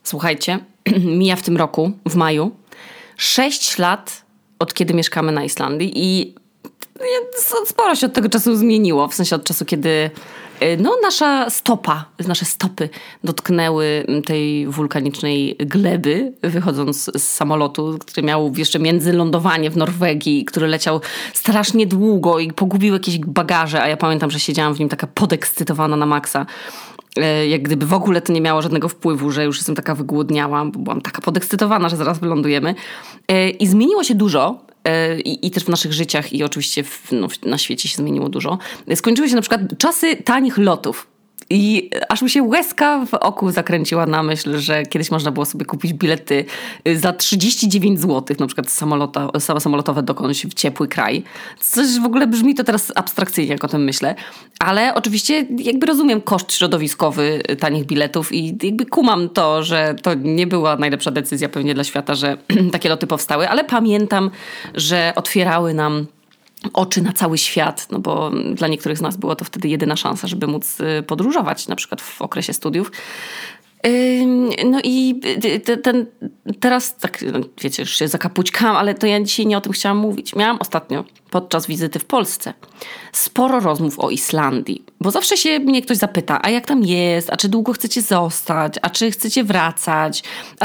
Słuchajcie, mija w tym roku, w maju, 6 lat od kiedy mieszkamy na Islandii i sporo się od tego czasu zmieniło. W sensie od czasu, kiedy nasze stopy dotknęły tej wulkanicznej gleby, wychodząc z samolotu, który miał jeszcze międzylądowanie w Norwegii, który leciał strasznie długo i pogubił jakieś bagaże, a ja pamiętam, że siedziałam w nim taka podekscytowana na maksa. Jak gdyby w ogóle to nie miało żadnego wpływu, że już jestem taka wygłodniała, bo byłam taka podekscytowana, że zaraz wylądujemy. I zmieniło się dużo. I też w naszych życiach i oczywiście na świecie się zmieniło dużo. Skończyły się na przykład czasy tanich lotów. I aż mi się łezka w oku zakręciła na myśl, że kiedyś można było sobie kupić bilety za 39 zł, na przykład samolotowe dokądś w ciepły kraj. Coś w ogóle brzmi to teraz abstrakcyjnie, jak o tym myślę. Ale oczywiście jakby rozumiem koszt środowiskowy tanich biletów i jakby kumam to, że to nie była najlepsza decyzja pewnie dla świata, że takie loty powstały, ale pamiętam, że otwierały nam oczy na cały świat, no bo dla niektórych z nas była to wtedy jedyna szansa, żeby móc podróżować, na przykład w okresie studiów. No i teraz tak, wiecie, już się zakapućkałam, ale to ja dzisiaj nie o tym chciałam mówić. Miałam ostatnio podczas wizyty w Polsce sporo rozmów o Islandii, bo zawsze się mnie ktoś zapyta, a jak tam jest, a czy długo chcecie zostać, a czy chcecie wracać, a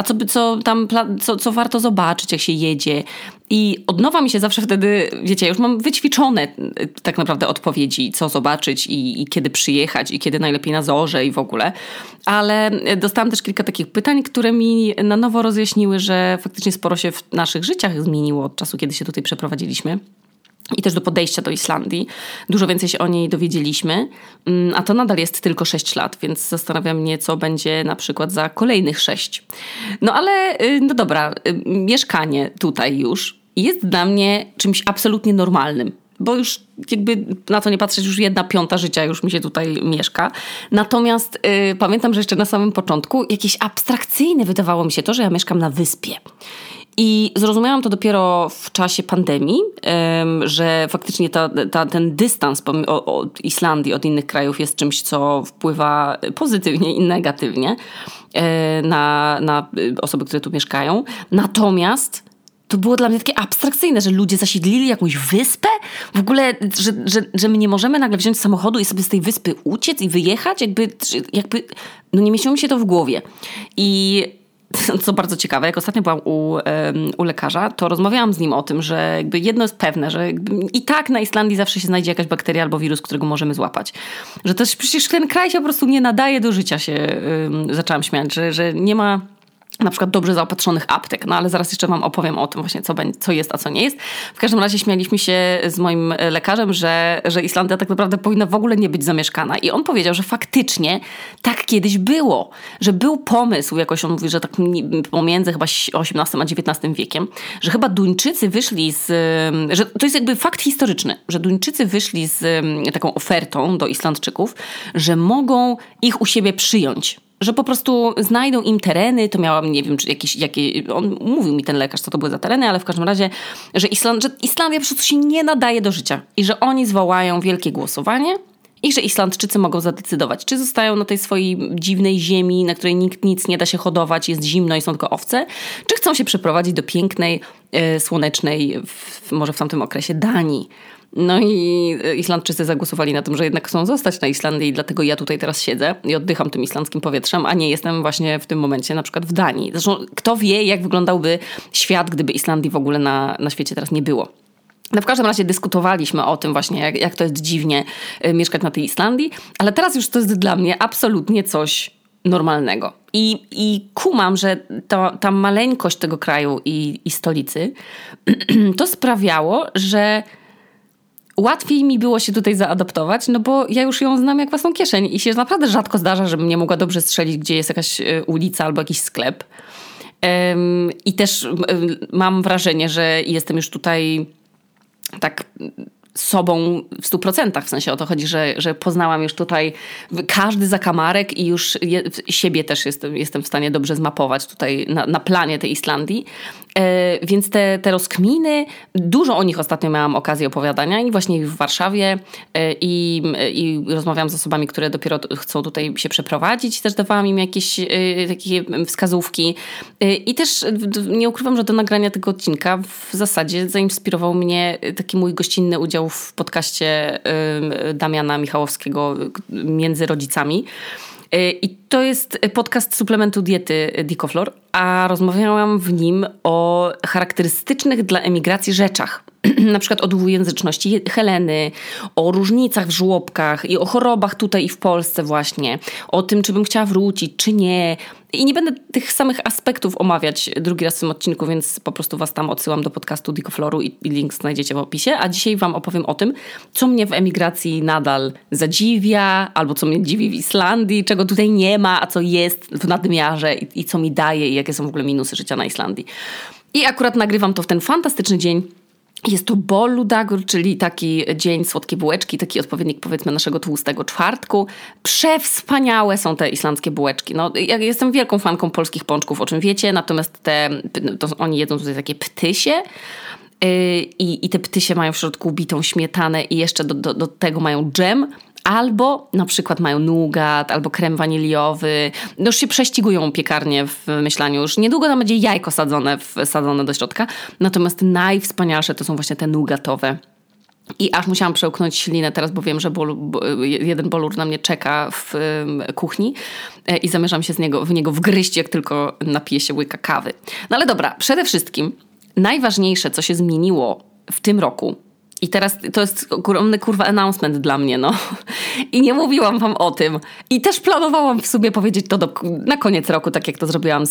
co warto zobaczyć, jak się jedzie. I od nowa mi się zawsze wtedy, wiecie, już mam wyćwiczone tak naprawdę odpowiedzi, co zobaczyć i kiedy przyjechać i kiedy najlepiej na zorze i w ogóle. Ale dostałam też kilka takich pytań, które mi na nowo rozjaśniły, że faktycznie sporo się w naszych życiach zmieniło od czasu, kiedy się tutaj przeprowadziliśmy. I też do podejścia do Islandii. Dużo więcej się o niej dowiedzieliśmy, a to nadal jest tylko 6 lat, więc zastanawiam mnie, co będzie na przykład za kolejnych 6. No ale, no dobra, mieszkanie tutaj już jest dla mnie czymś absolutnie normalnym. Bo już jakby na to nie patrzeć, już 1/5 życia już mi się tutaj mieszka. Natomiast pamiętam, że jeszcze na samym początku jakieś abstrakcyjne wydawało mi się to, że ja mieszkam na wyspie. I zrozumiałam to dopiero w czasie pandemii, że faktycznie ten dystans od Islandii, od innych krajów jest czymś, co wpływa pozytywnie i negatywnie na osoby, które tu mieszkają. Natomiast to było dla mnie takie abstrakcyjne, że ludzie zasiedlili jakąś wyspę. W ogóle, że my nie możemy nagle wziąć samochodu i sobie z tej wyspy uciec i wyjechać. Jakby no nie mieściło mi się to w głowie. I co bardzo ciekawe, jak ostatnio byłam u lekarza, to rozmawiałam z nim o tym, że jakby jedno jest pewne, że i tak na Islandii zawsze się znajdzie jakaś bakteria albo wirus, którego możemy złapać. Że też przecież ten kraj się po prostu nie nadaje do życia, się zaczęłam śmiać, że nie ma na przykład dobrze zaopatrzonych aptek, no ale zaraz jeszcze wam opowiem o tym właśnie, co jest, a co nie jest. W każdym razie śmialiśmy się z moim lekarzem, że Islandia tak naprawdę powinna w ogóle nie być zamieszkana. I on powiedział, że faktycznie tak kiedyś było, że był pomysł, jakoś on mówi, że tak pomiędzy chyba XVIII a XIX wiekiem, że chyba Duńczycy wyszli że to jest jakby fakt historyczny, że Duńczycy wyszli z taką ofertą do Islandczyków, że mogą ich u siebie przyjąć. Że po prostu znajdą im tereny, to miałam, nie wiem, czy on mówił mi ten lekarz, co to były za tereny, ale w każdym razie, że Islandia po prostu się nie nadaje do życia i że oni zwołają wielkie głosowanie i że Islandczycy mogą zadecydować, czy zostają na tej swojej dziwnej ziemi, na której nikt nic nie da się hodować, jest zimno i są tylko owce, czy chcą się przeprowadzić do pięknej, słonecznej, może w tamtym okresie Danii. No i Islandczycy zagłosowali na tym, że jednak chcą zostać na Islandii i dlatego ja tutaj teraz siedzę i oddycham tym islandzkim powietrzem, a nie jestem właśnie w tym momencie na przykład w Danii. Zresztą kto wie, jak wyglądałby świat, gdyby Islandii w ogóle na świecie teraz nie było. No w każdym razie dyskutowaliśmy o tym właśnie, jak to jest dziwnie mieszkać na tej Islandii, ale teraz już to jest dla mnie absolutnie coś normalnego. I kumam, że ta maleńkość tego kraju i stolicy to sprawiało, że łatwiej mi było się tutaj zaadaptować, no bo ja już ją znam jak własną kieszeń i się naprawdę rzadko zdarza, żebym nie mogła dobrze strzelić, gdzie jest jakaś ulica albo jakiś sklep. I też mam wrażenie, że jestem już tutaj tak sobą w 100%. W sensie o to chodzi, że poznałam już tutaj każdy zakamarek i już siebie też jestem w stanie dobrze zmapować tutaj na planie tej Islandii. Więc te rozkminy, dużo o nich ostatnio miałam okazję opowiadania i właśnie w Warszawie i rozmawiałam z osobami, które dopiero chcą tutaj się przeprowadzić. Też dawałam im jakieś takie wskazówki. I też nie ukrywam, że do nagrania tego odcinka w zasadzie zainspirował mnie taki mój gościnny udział w podcaście Damiana Michałowskiego Między rodzicami. I to jest podcast suplementu diety Dicoflor, a rozmawiałam w nim o charakterystycznych dla emigracji rzeczach. Na przykład o dwujęzyczności Heleny, o różnicach w żłobkach i o chorobach tutaj i w Polsce właśnie, o tym, czy bym chciała wrócić, czy nie. I nie będę tych samych aspektów omawiać drugi raz w tym odcinku, więc po prostu was tam odsyłam do podcastu Dicofloru i link znajdziecie w opisie. A dzisiaj wam opowiem o tym, co mnie w emigracji nadal zadziwia, albo co mnie dziwi w Islandii, czego tutaj nie ma, a co jest w nadmiarze i co mi daje i jakie są w ogóle minusy życia na Islandii. I akurat nagrywam to w ten fantastyczny dzień. Jest to Bolludagur, czyli taki dzień słodkie bułeczki, taki odpowiednik powiedzmy naszego tłustego czwartku. Przewspaniałe są te islandzkie bułeczki. No, ja jestem wielką fanką polskich pączków, o czym wiecie, natomiast oni jedzą tutaj takie ptysie i te ptysie mają w środku bitą śmietanę i jeszcze do tego mają dżem. Albo na przykład mają nougat, albo krem waniliowy. No już się prześcigują piekarnie w myślaniu. Już niedługo tam będzie jajko sadzone do środka. Natomiast najwspanialsze to są właśnie te nougatowe. I aż musiałam przełknąć ślinę teraz, bo wiem, że jeden bolur na mnie czeka w kuchni i zamierzam się w niego wgryźć, jak tylko napiję się łyka kawy. No ale dobra, przede wszystkim najważniejsze, co się zmieniło w tym roku, i teraz to jest ogromny announcement dla mnie, no. I nie mówiłam wam o tym. I też planowałam w sumie powiedzieć to na koniec roku, tak jak to zrobiłam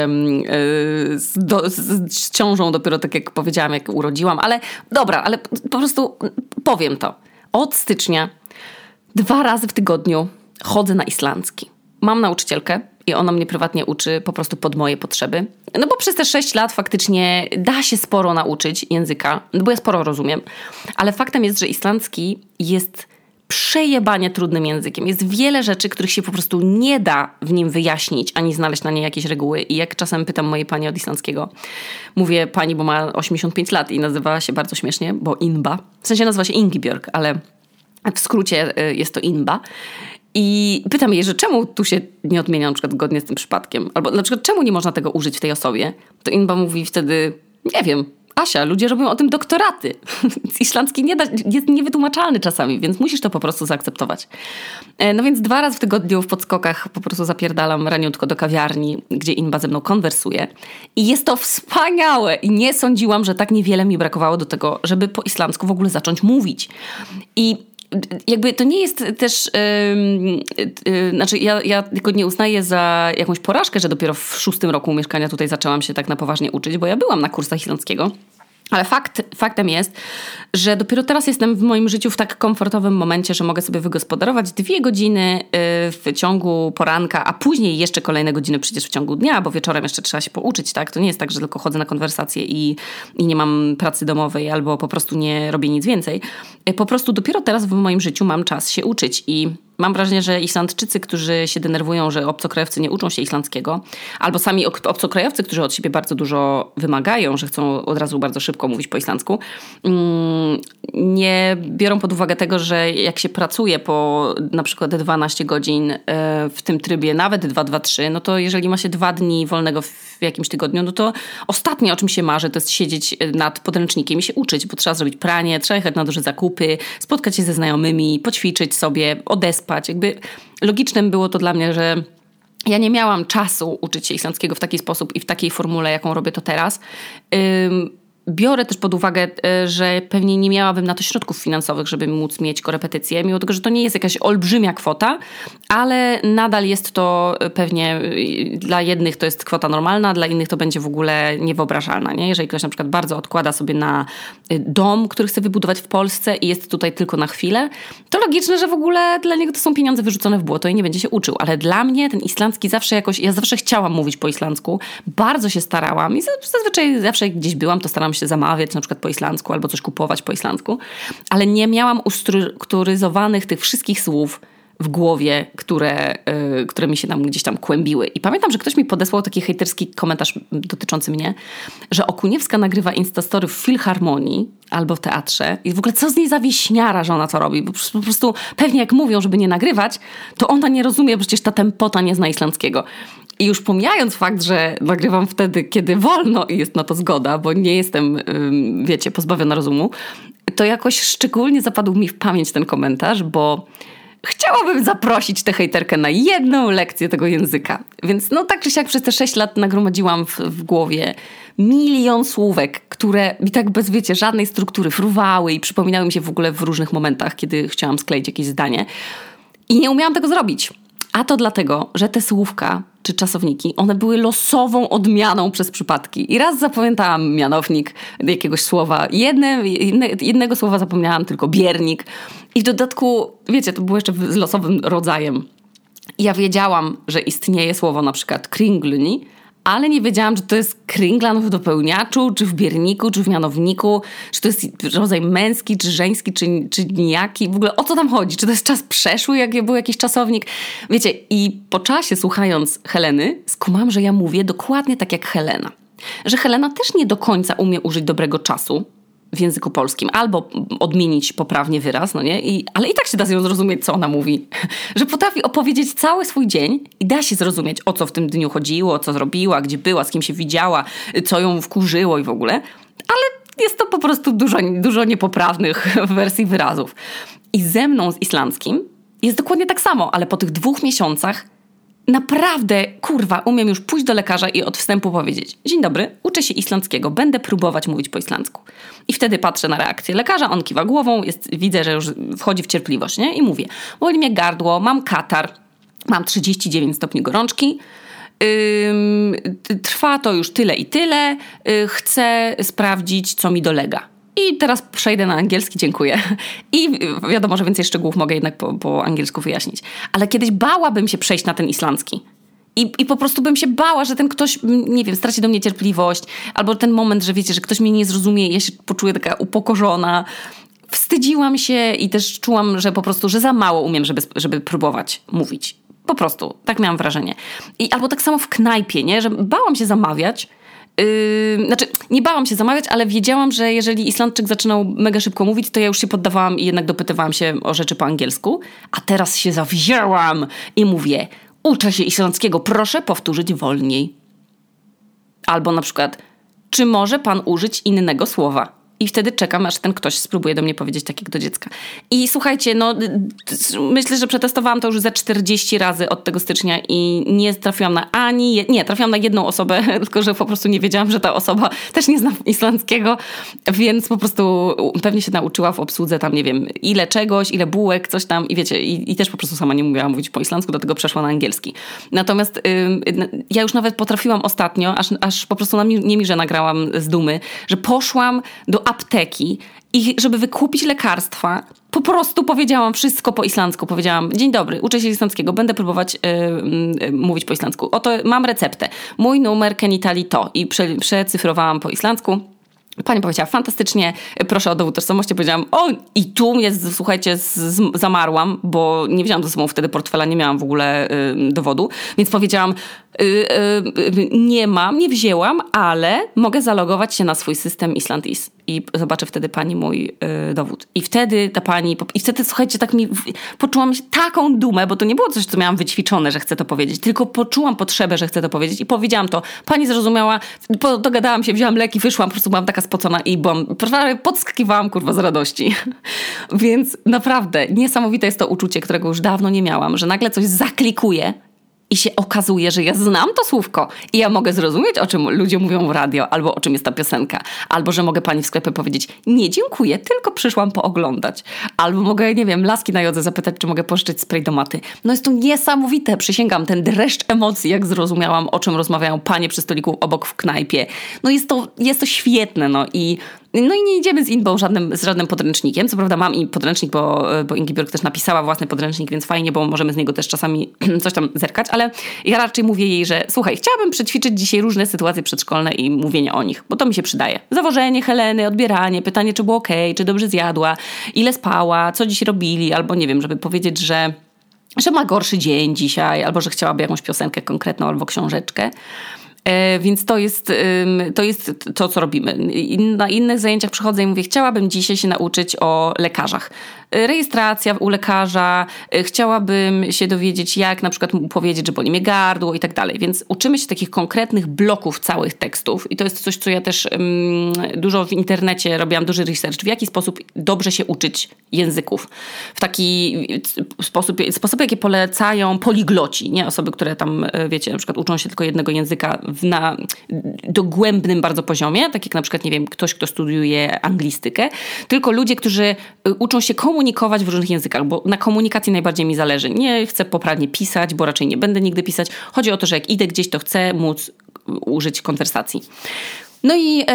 z ciążą dopiero tak jak powiedziałam, jak urodziłam. Ale dobra, ale po prostu powiem to. Od stycznia 2 razy w tygodniu chodzę na islandzki. Mam nauczycielkę i ona mnie prywatnie uczy po prostu pod moje potrzeby. No bo przez te 6 lat faktycznie da się sporo nauczyć języka, bo ja sporo rozumiem. Ale faktem jest, że islandzki jest przejebanie trudnym językiem. Jest wiele rzeczy, których się po prostu nie da w nim wyjaśnić, ani znaleźć na nie jakieś reguły. I jak czasem pytam mojej pani od islandzkiego, mówię pani, bo ma 85 lat i nazywa się bardzo śmiesznie, bo Inba. W sensie nazywa się Ingibjörg, ale w skrócie jest to Inba. I pytam jej, że czemu tu się nie odmienia na przykład zgodnie z tym przypadkiem? Albo na przykład czemu nie można tego użyć w tej osobie? To Inba mówi wtedy, nie wiem, Asia, ludzie robią o tym doktoraty. Islandzki jest niewytłumaczalny czasami, więc musisz to po prostu zaakceptować. No więc 2 razy w tygodniu w podskokach po prostu zapierdalam raniutko do kawiarni, gdzie Inba ze mną konwersuje. I jest to wspaniałe. I nie sądziłam, że tak niewiele mi brakowało do tego, żeby po islandzku w ogóle zacząć mówić. I jakby to nie jest też, znaczy ja tylko nie uznaję za jakąś porażkę, że dopiero w 6. roku mieszkania tutaj zaczęłam się tak na poważnie uczyć, bo ja byłam na kursach islandzkiego. Ale faktem jest, że dopiero teraz jestem w moim życiu w tak komfortowym momencie, że mogę sobie wygospodarować 2 godziny w ciągu poranka, a później jeszcze kolejne godziny przecież w ciągu dnia, bo wieczorem jeszcze trzeba się pouczyć, tak? To nie jest tak, że tylko chodzę na konwersacje i nie mam pracy domowej albo po prostu nie robię nic więcej. Po prostu dopiero teraz w moim życiu mam czas się uczyć i mam wrażenie, że Islandczycy, którzy się denerwują, że obcokrajowcy nie uczą się islandzkiego, albo sami obcokrajowcy, którzy od siebie bardzo dużo wymagają, że chcą od razu bardzo szybko mówić po islandzku, nie biorą pod uwagę tego, że jak się pracuje po na przykład 12 godzin w tym trybie, nawet 2-2-3, no to jeżeli ma się 2 dni wolnego w jakimś tygodniu, no to ostatnie, o czym się marzy, to jest siedzieć nad podręcznikiem i się uczyć, bo trzeba zrobić pranie, trzeba jechać na duże zakupy, spotkać się ze znajomymi, poćwiczyć sobie, odespać. Jakby logicznym było to dla mnie, że ja nie miałam czasu uczyć się islandzkiego w taki sposób i w takiej formule, jaką robię to teraz. Biorę też pod uwagę, że pewnie nie miałabym na to środków finansowych, żeby móc mieć korepetycje, mimo tego, że to nie jest jakaś olbrzymia kwota, ale nadal jest to pewnie dla jednych to jest kwota normalna, dla innych to będzie w ogóle niewyobrażalna. Nie? Jeżeli ktoś na przykład bardzo odkłada sobie na dom, który chce wybudować w Polsce i jest tutaj tylko na chwilę, to logiczne, że w ogóle dla niego to są pieniądze wyrzucone w błoto i nie będzie się uczył. Ale dla mnie ten islandzki ja zawsze chciałam mówić po islandzku, bardzo się starałam i zazwyczaj zawsze jak gdzieś byłam, to staram się zamawiać na przykład po islandzku albo coś kupować po islandzku, ale nie miałam ustrukturyzowanych tych wszystkich słów w głowie, które mi się tam gdzieś tam kłębiły. I pamiętam, że ktoś mi podesłał taki hejterski komentarz dotyczący mnie, że Okuniewska nagrywa Instastory w filharmonii albo w teatrze i w ogóle co z niej za wieśniara, że ona to robi. Bo po prostu pewnie jak mówią, żeby nie nagrywać, to ona nie rozumie, przecież ta tempota nie zna islandzkiego. I już pomijając fakt, że nagrywam wtedy, kiedy wolno i jest na to zgoda, bo nie jestem, wiecie, pozbawiona rozumu, to jakoś szczególnie zapadł mi w pamięć ten komentarz, bo chciałabym zaprosić tę hejterkę na jedną lekcję tego języka. Więc no tak czy siak przez te 6 lat nagromadziłam w głowie milion słówek, które mi tak bez, wiecie, żadnej struktury fruwały i przypominały mi się w ogóle w różnych momentach, kiedy chciałam skleić jakieś zdanie. I nie umiałam tego zrobić. A to dlatego, że te słówka czy czasowniki, one były losową odmianą przez przypadki. I raz zapamiętałam mianownik jakiegoś słowa. Jednego słowa zapomniałam tylko biernik. I w dodatku, wiecie, to było jeszcze z losowym rodzajem. I ja wiedziałam, że istnieje słowo na przykład kringluni, ale nie wiedziałam, czy to jest kringlan w dopełniaczu, czy w bierniku, czy w mianowniku, czy to jest rodzaj męski, czy żeński, czy nijaki. W ogóle o co tam chodzi? Czy to jest czas przeszły, jak był jakiś czasownik? Wiecie, i po czasie słuchając Heleny, skumałam, że ja mówię dokładnie tak jak Helena. Że Helena też nie do końca umie użyć dobrego czasu w języku polskim, albo odmienić poprawnie wyraz, no nie? Ale i tak się da z nią zrozumieć, co ona mówi. Że potrafi opowiedzieć cały swój dzień i da się zrozumieć, o co w tym dniu chodziło, co zrobiła, gdzie była, z kim się widziała, co ją wkurzyło i w ogóle. Ale jest to po prostu dużo niepoprawnych wersji wyrazów. I ze mną z islandzkim jest dokładnie tak samo, ale po tych 2 miesiącach naprawdę, kurwa, umiem już pójść do lekarza i od wstępu powiedzieć: dzień dobry, uczę się islandzkiego, będę próbować mówić po islandzku. I wtedy patrzę na reakcję lekarza, on kiwa głową, widzę, że już wchodzi w cierpliwość, nie? I mówię: boli mnie gardło, mam katar, mam 39 stopni gorączki, trwa to już tyle i tyle, chcę sprawdzić, co mi dolega. I teraz przejdę na angielski, dziękuję. I wiadomo, że więcej szczegółów mogę jednak po angielsku wyjaśnić. Ale kiedyś bałabym się przejść na ten islandzki. I po prostu bym się bała, że ten ktoś, nie wiem, straci do mnie cierpliwość. Albo ten moment, że wiecie, że ktoś mnie nie zrozumie i ja się poczuję taka upokorzona. Wstydziłam się i też czułam, że po prostu, że za mało umiem, żeby próbować mówić. Po prostu, tak miałam wrażenie. Albo tak samo w knajpie, nie? Że bałam się zamawiać. Znaczy, nie bałam się zamawiać, ale wiedziałam, że jeżeli Islandczyk zaczynał mega szybko mówić, to ja już się poddawałam i jednak dopytywałam się o rzeczy po angielsku. A teraz się zawzięłam i mówię: uczę się islandzkiego, proszę powtórzyć wolniej. Albo na przykład: czy może pan użyć innego słowa? I wtedy czekam, aż ten ktoś spróbuje do mnie powiedzieć tak jak do dziecka. I słuchajcie, no myślę, że przetestowałam to już ze 40 razy od tego stycznia i nie trafiłam na trafiłam na jedną osobę, tylko że po prostu nie wiedziałam, że ta osoba też nie zna islandzkiego, więc po prostu pewnie się nauczyła w obsłudze tam, nie wiem, ile czegoś, ile bułek, coś tam i wiecie, i też po prostu sama nie umiała mówić po islandzku, dlatego przeszła na angielski. Natomiast ja już nawet potrafiłam ostatnio, aż po prostu na niemirze nagrałam z dumy, że poszłam do apteki i żeby wykupić lekarstwa, po prostu powiedziałam wszystko po islandzku. Powiedziałam: dzień dobry, uczę się islandzkiego, będę próbować mówić po islandzku. Oto mam receptę. Mój numer Kenitali to. I przecyfrowałam po islandzku. Pani powiedziała: fantastycznie, proszę o dowód tożsamości. Powiedziałam: o, i tu mnie, słuchajcie, zamarłam, bo nie wzięłam ze sobą wtedy portfela, nie miałam w ogóle dowodu. Więc powiedziałam: nie wzięłam, ale mogę zalogować się na swój system Islandis i zobaczę wtedy pani mój dowód. I wtedy ta pani, słuchajcie, tak poczułam taką dumę, bo to nie było coś, co miałam wyćwiczone, że chcę to powiedzieć, tylko poczułam potrzebę, że chcę to powiedzieć i powiedziałam to. Pani zrozumiała, dogadałam się, wzięłam leki, wyszłam, po prostu byłam taka spocona i podskakiwałam, kurwa, z radości. Więc naprawdę niesamowite jest to uczucie, którego już dawno nie miałam, że nagle coś zaklikuję i się okazuje, że ja znam to słówko i ja mogę zrozumieć, o czym ludzie mówią w radio, albo o czym jest ta piosenka, albo że mogę pani w sklepie powiedzieć: nie, dziękuję, tylko przyszłam pooglądać. Albo mogę, nie wiem, laski na jodze zapytać, czy mogę pożyczyć spray do maty. No jest to niesamowite, przysięgam, ten dreszcz emocji, jak zrozumiałam, o czym rozmawiają panie przy stoliku obok w knajpie. No jest to świetne, no i nie idziemy z Inbą z żadnym podręcznikiem. Co prawda mam i podręcznik, bo Ingi Björk też napisała własny podręcznik, więc fajnie, bo możemy z niego też czasami coś tam zerkać, ale ja raczej mówię jej, że słuchaj, chciałabym przećwiczyć dzisiaj różne sytuacje przedszkolne i mówienie o nich, bo to mi się przydaje. Zawożenie Heleny, odbieranie, pytanie, czy było okej, czy dobrze zjadła, ile spała, co dziś robili, albo nie wiem, żeby powiedzieć, że ma gorszy dzień dzisiaj, albo że chciałaby jakąś piosenkę konkretną, albo książeczkę. Więc to jest to, co robimy. Na innych zajęciach przychodzę i mówię, chciałabym dzisiaj się nauczyć o lekarzach. Rejestracja u lekarza, chciałabym się dowiedzieć, jak na przykład mu powiedzieć, że boli mnie gardło i tak dalej. Więc uczymy się takich konkretnych bloków całych tekstów i to jest coś, co ja też dużo w internecie robiłam, duży research, w jaki sposób dobrze się uczyć języków. W taki sposób, jakie polecają poligloci, nie osoby, które tam, wiecie, na przykład uczą się tylko jednego języka na dogłębnym bardzo poziomie, tak jak na przykład, nie wiem, ktoś, kto studiuje anglistykę, tylko ludzie, którzy uczą się komunikować w różnych językach, bo na komunikacji najbardziej mi zależy. Nie chcę poprawnie pisać, bo raczej nie będę nigdy pisać. Chodzi o to, że jak idę gdzieś, to chcę móc użyć konwersacji. No i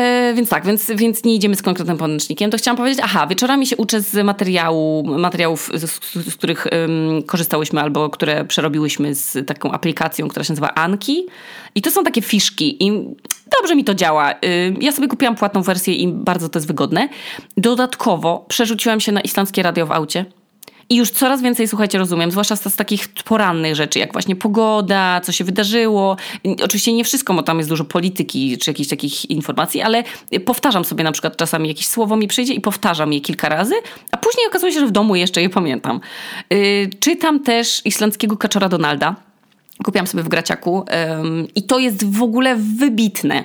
więc nie idziemy z konkretnym podręcznikiem, to chciałam powiedzieć, wieczorami się uczę z materiałów, z których korzystałyśmy albo które przerobiłyśmy z taką aplikacją, która się nazywa Anki. I to są takie fiszki i dobrze mi to działa. Ja sobie kupiłam płatną wersję i bardzo to jest wygodne. Dodatkowo przerzuciłam się na islandzkie radio w aucie. I już coraz więcej, słuchajcie, rozumiem, zwłaszcza z takich porannych rzeczy, jak właśnie pogoda, co się wydarzyło. Oczywiście nie wszystko, bo tam jest dużo polityki czy jakichś takich informacji, ale powtarzam sobie na przykład czasami jakieś słowo mi przyjdzie i powtarzam je kilka razy, a później okazuje się, że w domu jeszcze je pamiętam. Czytam też islandzkiego Kaczora Donalda. Kupiłam sobie w Graciaku i to jest w ogóle wybitne.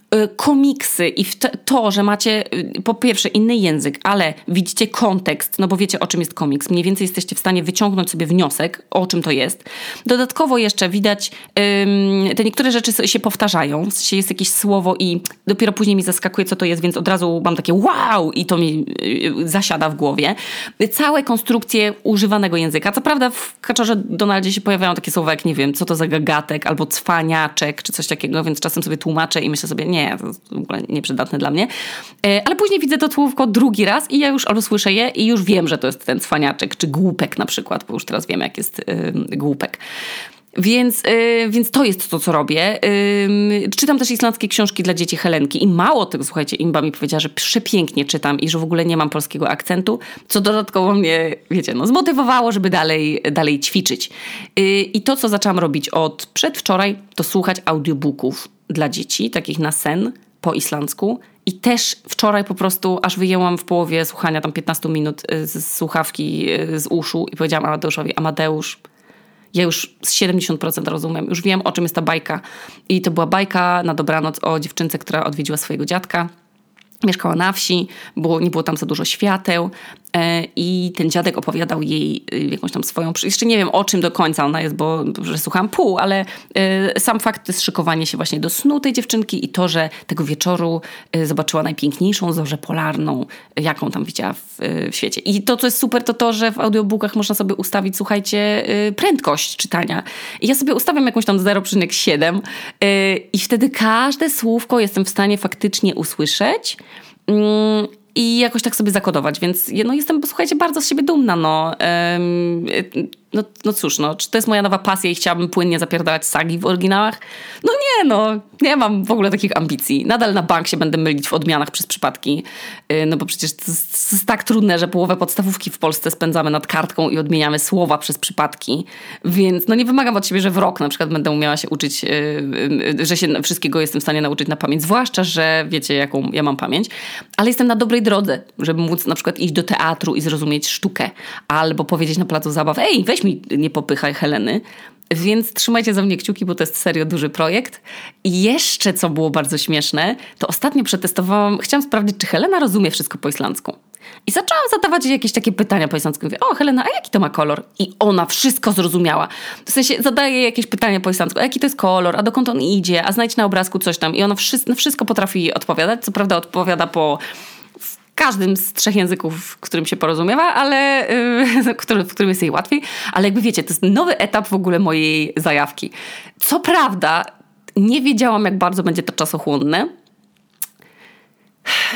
Komiksy i to, że macie po pierwsze inny język, ale widzicie kontekst, no bo wiecie, o czym jest komiks. Mniej więcej jesteście w stanie wyciągnąć sobie wniosek, o czym to jest. Dodatkowo jeszcze widać, te niektóre rzeczy się powtarzają. W sensie jest jakieś słowo i dopiero później mi zaskakuje, co to jest, więc od razu mam takie wow i to mi zasiada w głowie. Całe konstrukcje używanego języka. Co prawda w Kaczorze Donaldzie się pojawiają takie słowa jak, nie wiem, co to za gagatek albo cwaniaczek czy coś takiego, więc czasem sobie tłumaczę i myślę sobie, nie, to jest w ogóle nieprzydatne dla mnie. Ale później widzę to słówko drugi raz i ja już albo słyszę je i już wiem, że to jest ten cwaniaczek, czy głupek na przykład, bo już teraz wiem, jak jest głupek. Więc to jest to, co robię. Czytam też islandzkie książki dla dzieci Helenki i mało tego, słuchajcie, Imba mi powiedziała, że przepięknie czytam i że w ogóle nie mam polskiego akcentu, co dodatkowo mnie, wiecie, zmotywowało, żeby dalej ćwiczyć. I to, co zaczęłam robić od przedwczoraj, to słuchać audiobooków dla dzieci, takich na sen po islandzku. I też wczoraj po prostu aż wyjęłam w połowie słuchania tam 15 minut z słuchawki z uszu i powiedziałam Amadeuszowi, Amadeusz, ja już z 70% rozumiem, już wiem, o czym jest ta bajka. I to była bajka na dobranoc o dziewczynce, która odwiedziła swojego dziadka. Mieszkała na wsi, nie było tam za dużo świateł i ten dziadek opowiadał jej jakąś tam swoją... Jeszcze nie wiem, o czym do końca ona jest, bo że słucham pół, ale sam fakt to jest szykowanie się właśnie do snu tej dziewczynki i to, że tego wieczoru zobaczyła najpiękniejszą zorzę polarną, jaką tam widziała w świecie. I to, co jest super, to, że w audiobookach można sobie ustawić, słuchajcie, prędkość czytania. I ja sobie ustawiam jakąś tam 0,7 i wtedy każde słówko jestem w stanie faktycznie usłyszeć i jakoś tak sobie zakodować, więc jestem, słuchajcie, bardzo z siebie dumna, no cóż, czy to jest moja nowa pasja i chciałabym płynnie zapierdalać sagi w oryginałach? Nie mam w ogóle takich ambicji. Nadal na bank się będę mylić w odmianach przez przypadki, bo przecież to jest tak trudne, że połowę podstawówki w Polsce spędzamy nad kartką i odmieniamy słowa przez przypadki, więc nie wymagam od siebie, że w rok na przykład będę umiała się uczyć, że się wszystkiego jestem w stanie nauczyć na pamięć, zwłaszcza, że wiecie, jaką ja mam pamięć, ale jestem na dobrej drodze, żeby móc na przykład iść do teatru i zrozumieć sztukę, albo powiedzieć na placu zabaw, weź mi nie popychaj Heleny. Więc trzymajcie za mnie kciuki, bo to jest serio duży projekt. I jeszcze, co było bardzo śmieszne, to ostatnio chciałam sprawdzić, czy Helena rozumie wszystko po islandzku. I zaczęłam zadawać jakieś takie pytania po islandzku. Mówię, Helena, a jaki to ma kolor? I ona wszystko zrozumiała. W sensie zadaje jakieś pytania po islandzku. A jaki to jest kolor? A dokąd on idzie? A znajdź na obrazku coś tam. I ona wszystko potrafi odpowiadać. Co prawda odpowiada po każdym z 3 języków, w którym się porozumiewa, ale w którym jest jej łatwiej. Ale jakby wiecie, to jest nowy etap w ogóle mojej zajawki. Co prawda nie wiedziałam, jak bardzo będzie to czasochłonne.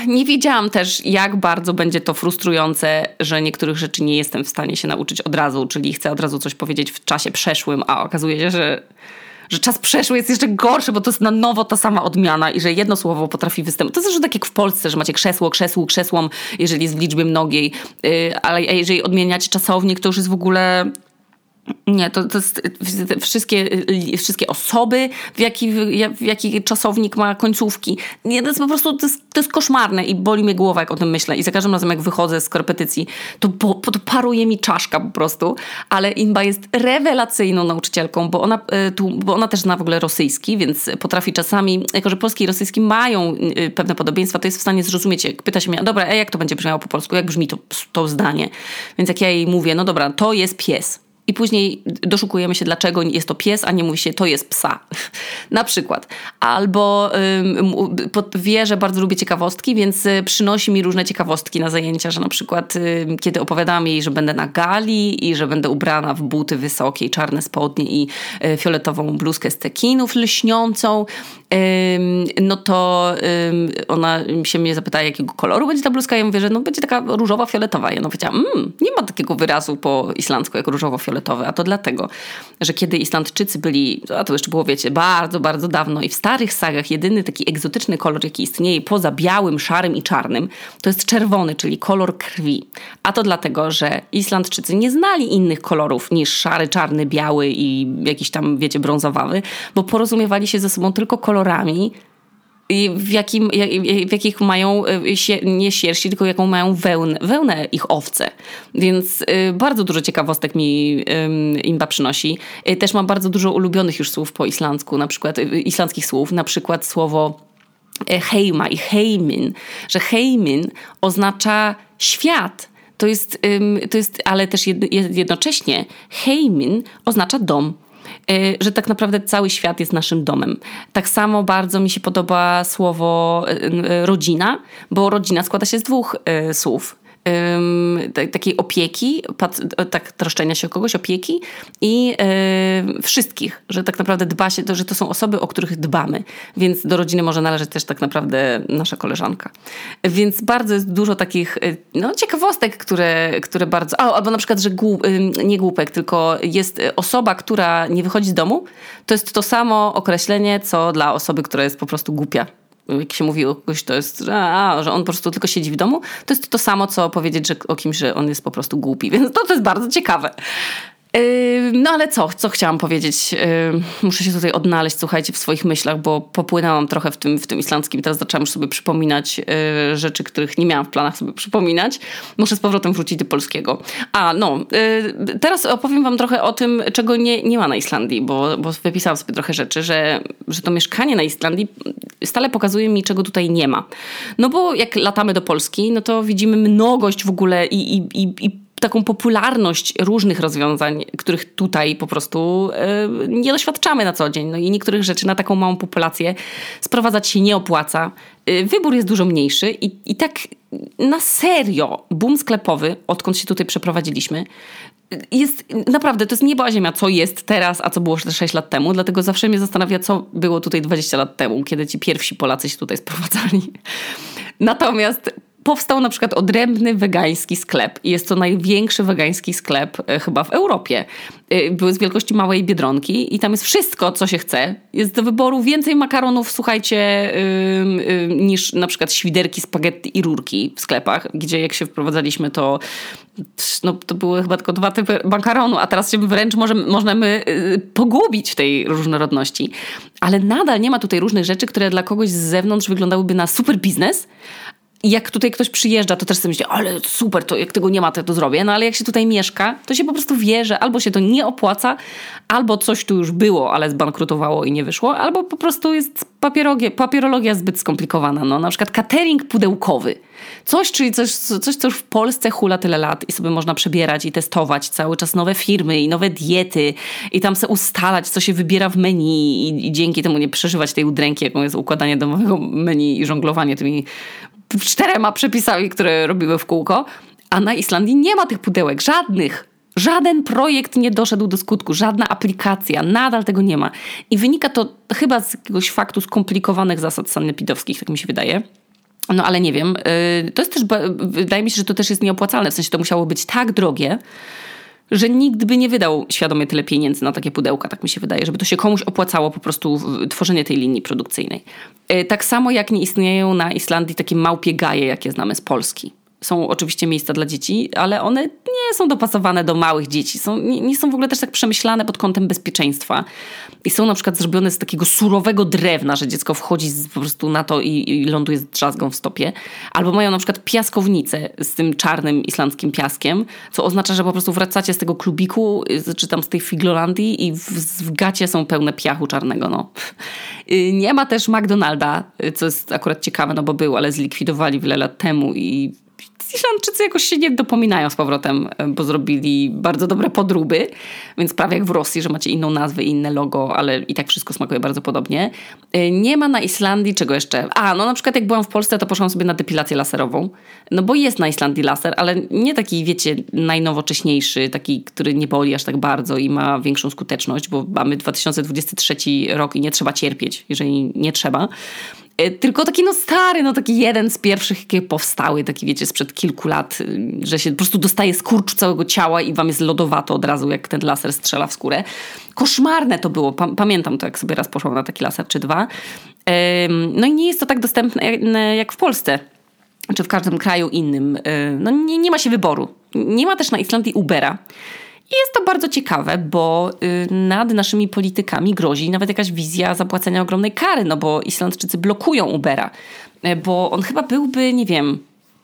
nie wiedziałam też, jak bardzo będzie to frustrujące, że niektórych rzeczy nie jestem w stanie się nauczyć od razu, czyli chcę od razu coś powiedzieć w czasie przeszłym, a okazuje się, że czas przeszły jest jeszcze gorszy, bo to jest na nowo ta sama odmiana i że jedno słowo potrafi występować. To jest zresztą tak jak w Polsce, że macie krzesło, krzesło, krzesłom, jeżeli jest w liczbie mnogiej, ale jeżeli odmieniacie czasownik, to już jest w ogóle... Nie, to jest wszystkie osoby, w jaki czasownik ma końcówki. Nie, to jest po prostu, to jest koszmarne i boli mnie głowa, jak o tym myślę. I za każdym razem, jak wychodzę z korepetycji, to paruje mi czaszka po prostu. Ale Inba jest rewelacyjną nauczycielką, bo ona też zna w ogóle rosyjski, więc potrafi czasami, jako że polski i rosyjski mają pewne podobieństwa, to jest w stanie zrozumieć, jak pyta się mnie, dobra, jak to będzie brzmiało po polsku, jak brzmi to zdanie. Więc jak ja jej mówię, no dobra, to jest pies. I później doszukujemy się, dlaczego jest to pies, a nie mówi się, to jest psa. Na przykład. Albo wie, że bardzo lubię ciekawostki, więc przynosi mi różne ciekawostki na zajęcia, że na przykład kiedy opowiadam jej, że będę na gali i że będę ubrana w buty wysokie, czarne spodnie i fioletową bluzkę z tekinów lśniącą, no to ona się mnie zapyta, jakiego koloru będzie ta bluzka. Ja mówię, że no będzie taka różowo-fioletowa. Ja powiedziałam, nie ma takiego wyrazu po islandzku jak różowo-fioletowy. A to dlatego, że kiedy Islandczycy byli, a to jeszcze było, wiecie, bardzo, bardzo dawno i w starych sagach jedyny taki egzotyczny kolor, jaki istnieje poza białym, szarym i czarnym, to jest czerwony, czyli kolor krwi. A to dlatego, że Islandczycy nie znali innych kolorów niż szary, czarny, biały i jakiś tam, wiecie, brązowawy, bo porozumiewali się ze sobą tylko kolorami, w jakich mają nie sierści, tylko jaką mają wełnę ich owce. Więc bardzo dużo ciekawostek mi Imba przynosi. Też ma bardzo dużo ulubionych już słów po islandzku, na przykład islandzkich słów, na przykład słowo heima i heimin, że heimin oznacza świat. To jest, ale też jednocześnie heimin oznacza dom. Że tak naprawdę cały świat jest naszym domem. Tak samo bardzo mi się podoba słowo rodzina, bo rodzina składa się z dwóch słów. Takiej opieki, tak troszczenia się o kogoś, opieki i wszystkich, że tak naprawdę dba się, że to są osoby, o których dbamy, więc do rodziny może należeć też tak naprawdę nasza koleżanka. Więc bardzo jest dużo takich ciekawostek, które bardzo... albo na przykład, że nie głupek, tylko jest osoba, która nie wychodzi z domu, to jest to samo określenie, co dla osoby, która jest po prostu głupia. Jak się mówi o kogoś, to jest, że on po prostu tylko siedzi w domu, to jest to samo, co powiedzieć o kimś, że on jest po prostu głupi. Więc to jest bardzo ciekawe. No ale co chciałam powiedzieć? Muszę się tutaj odnaleźć, słuchajcie, w swoich myślach, bo popłynęłam trochę w tym islandzkim. Teraz zaczęłam już sobie przypominać rzeczy, których nie miałam w planach sobie przypominać. Muszę z powrotem wrócić do polskiego. Teraz opowiem wam trochę o tym, czego nie ma na Islandii, bo wypisałam sobie trochę rzeczy, że to mieszkanie na Islandii stale pokazuje mi, czego tutaj nie ma. No bo jak latamy do Polski, no to widzimy mnogość w ogóle i taką popularność różnych rozwiązań, których tutaj po prostu nie doświadczamy na co dzień. No i niektórych rzeczy na taką małą populację sprowadzać się nie opłaca. Wybór jest dużo mniejszy i tak na serio boom sklepowy, odkąd się tutaj przeprowadziliśmy, jest naprawdę, to jest nieba ziemia, co jest teraz, a co było 6 lat temu. Dlatego zawsze mnie zastanawia, co było tutaj 20 lat temu, kiedy ci pierwsi Polacy się tutaj sprowadzali. Natomiast powstał na przykład odrębny wegański sklep. I jest to największy wegański sklep chyba w Europie. Były z wielkości małej Biedronki i tam jest wszystko, co się chce. Jest do wyboru więcej makaronów, słuchajcie, niż na przykład świderki, spaghetti i rurki w sklepach, gdzie jak się wprowadzaliśmy, to były chyba tylko 2 typy makaronu, a teraz się wręcz możemy pogubić w tej różnorodności. Ale nadal nie ma tutaj różnych rzeczy, które dla kogoś z zewnątrz wyglądałyby na super biznes. I jak tutaj ktoś przyjeżdża, to też sobie myśli, ale super, to jak tego nie ma, to ja to zrobię. No ale jak się tutaj mieszka, to się po prostu wie, że albo się to nie opłaca, albo coś tu już było, ale zbankrutowało i nie wyszło, albo po prostu jest papierologia zbyt skomplikowana. No, na przykład catering pudełkowy. Coś, co już w Polsce hula tyle lat i sobie można przebierać i testować cały czas nowe firmy i nowe diety i tam sobie ustalać, co się wybiera w menu i dzięki temu nie przeżywać tej udręki, jaką jest układanie domowego menu i żonglowanie tymi 4 przepisami, które robiły w kółko. A na Islandii nie ma tych pudełek, żadnych. Żaden projekt nie doszedł do skutku, żadna aplikacja, nadal tego nie ma. I wynika to chyba z jakiegoś faktu skomplikowanych zasad sanepidowskich, tak mi się wydaje. No ale nie wiem, to jest też, wydaje mi się, że to też jest nieopłacalne, w sensie to musiało być tak drogie, że nikt by nie wydał świadomie tyle pieniędzy na takie pudełka, tak mi się wydaje, żeby to się komuś opłacało po prostu tworzenie tej linii produkcyjnej. Tak samo jak nie istnieją na Islandii takie małpie gaje, jakie znamy z Polski. Są oczywiście miejsca dla dzieci, ale one nie są dopasowane do małych dzieci. Nie są w ogóle też tak przemyślane pod kątem bezpieczeństwa. I są na przykład zrobione z takiego surowego drewna, że dziecko wchodzi po prostu na to i ląduje z drzazgą w stopie. Albo mają na przykład piaskownicę z tym czarnym islandzkim piaskiem, co oznacza, że po prostu wracacie z tego klubiku, czy tam z tej Figlolandii i w gacie są pełne piachu czarnego. No. Nie ma też McDonalda, co jest akurat ciekawe, no bo był, ale zlikwidowali wiele lat temu i Islandczycy jakoś się nie dopominają z powrotem, bo zrobili bardzo dobre podróby, więc prawie jak w Rosji, że macie inną nazwę i inne logo, ale i tak wszystko smakuje bardzo podobnie. Nie ma na Islandii czego jeszcze. No na przykład jak byłam w Polsce, to poszłam sobie na depilację laserową, no bo jest na Islandii laser, ale nie taki, wiecie, najnowocześniejszy, taki, który nie boli aż tak bardzo i ma większą skuteczność, bo mamy 2023 rok i nie trzeba cierpieć, jeżeli nie trzeba. Tylko taki stary, taki jeden z pierwszych, jakie powstały, taki wiecie, sprzed kilku lat, że się po prostu dostaje skurcz całego ciała i wam jest lodowato od razu, jak ten laser strzela w skórę. Koszmarne to było. Pamiętam to, jak sobie raz poszłam na taki laser czy dwa. No i nie jest to tak dostępne jak w Polsce, czy w każdym kraju innym. No nie ma się wyboru. Nie ma też na Islandii Ubera. I jest to bardzo ciekawe, bo nad naszymi politykami grozi nawet jakaś wizja zapłacenia ogromnej kary, no bo Islandczycy blokują Ubera, bo on chyba byłby, nie wiem,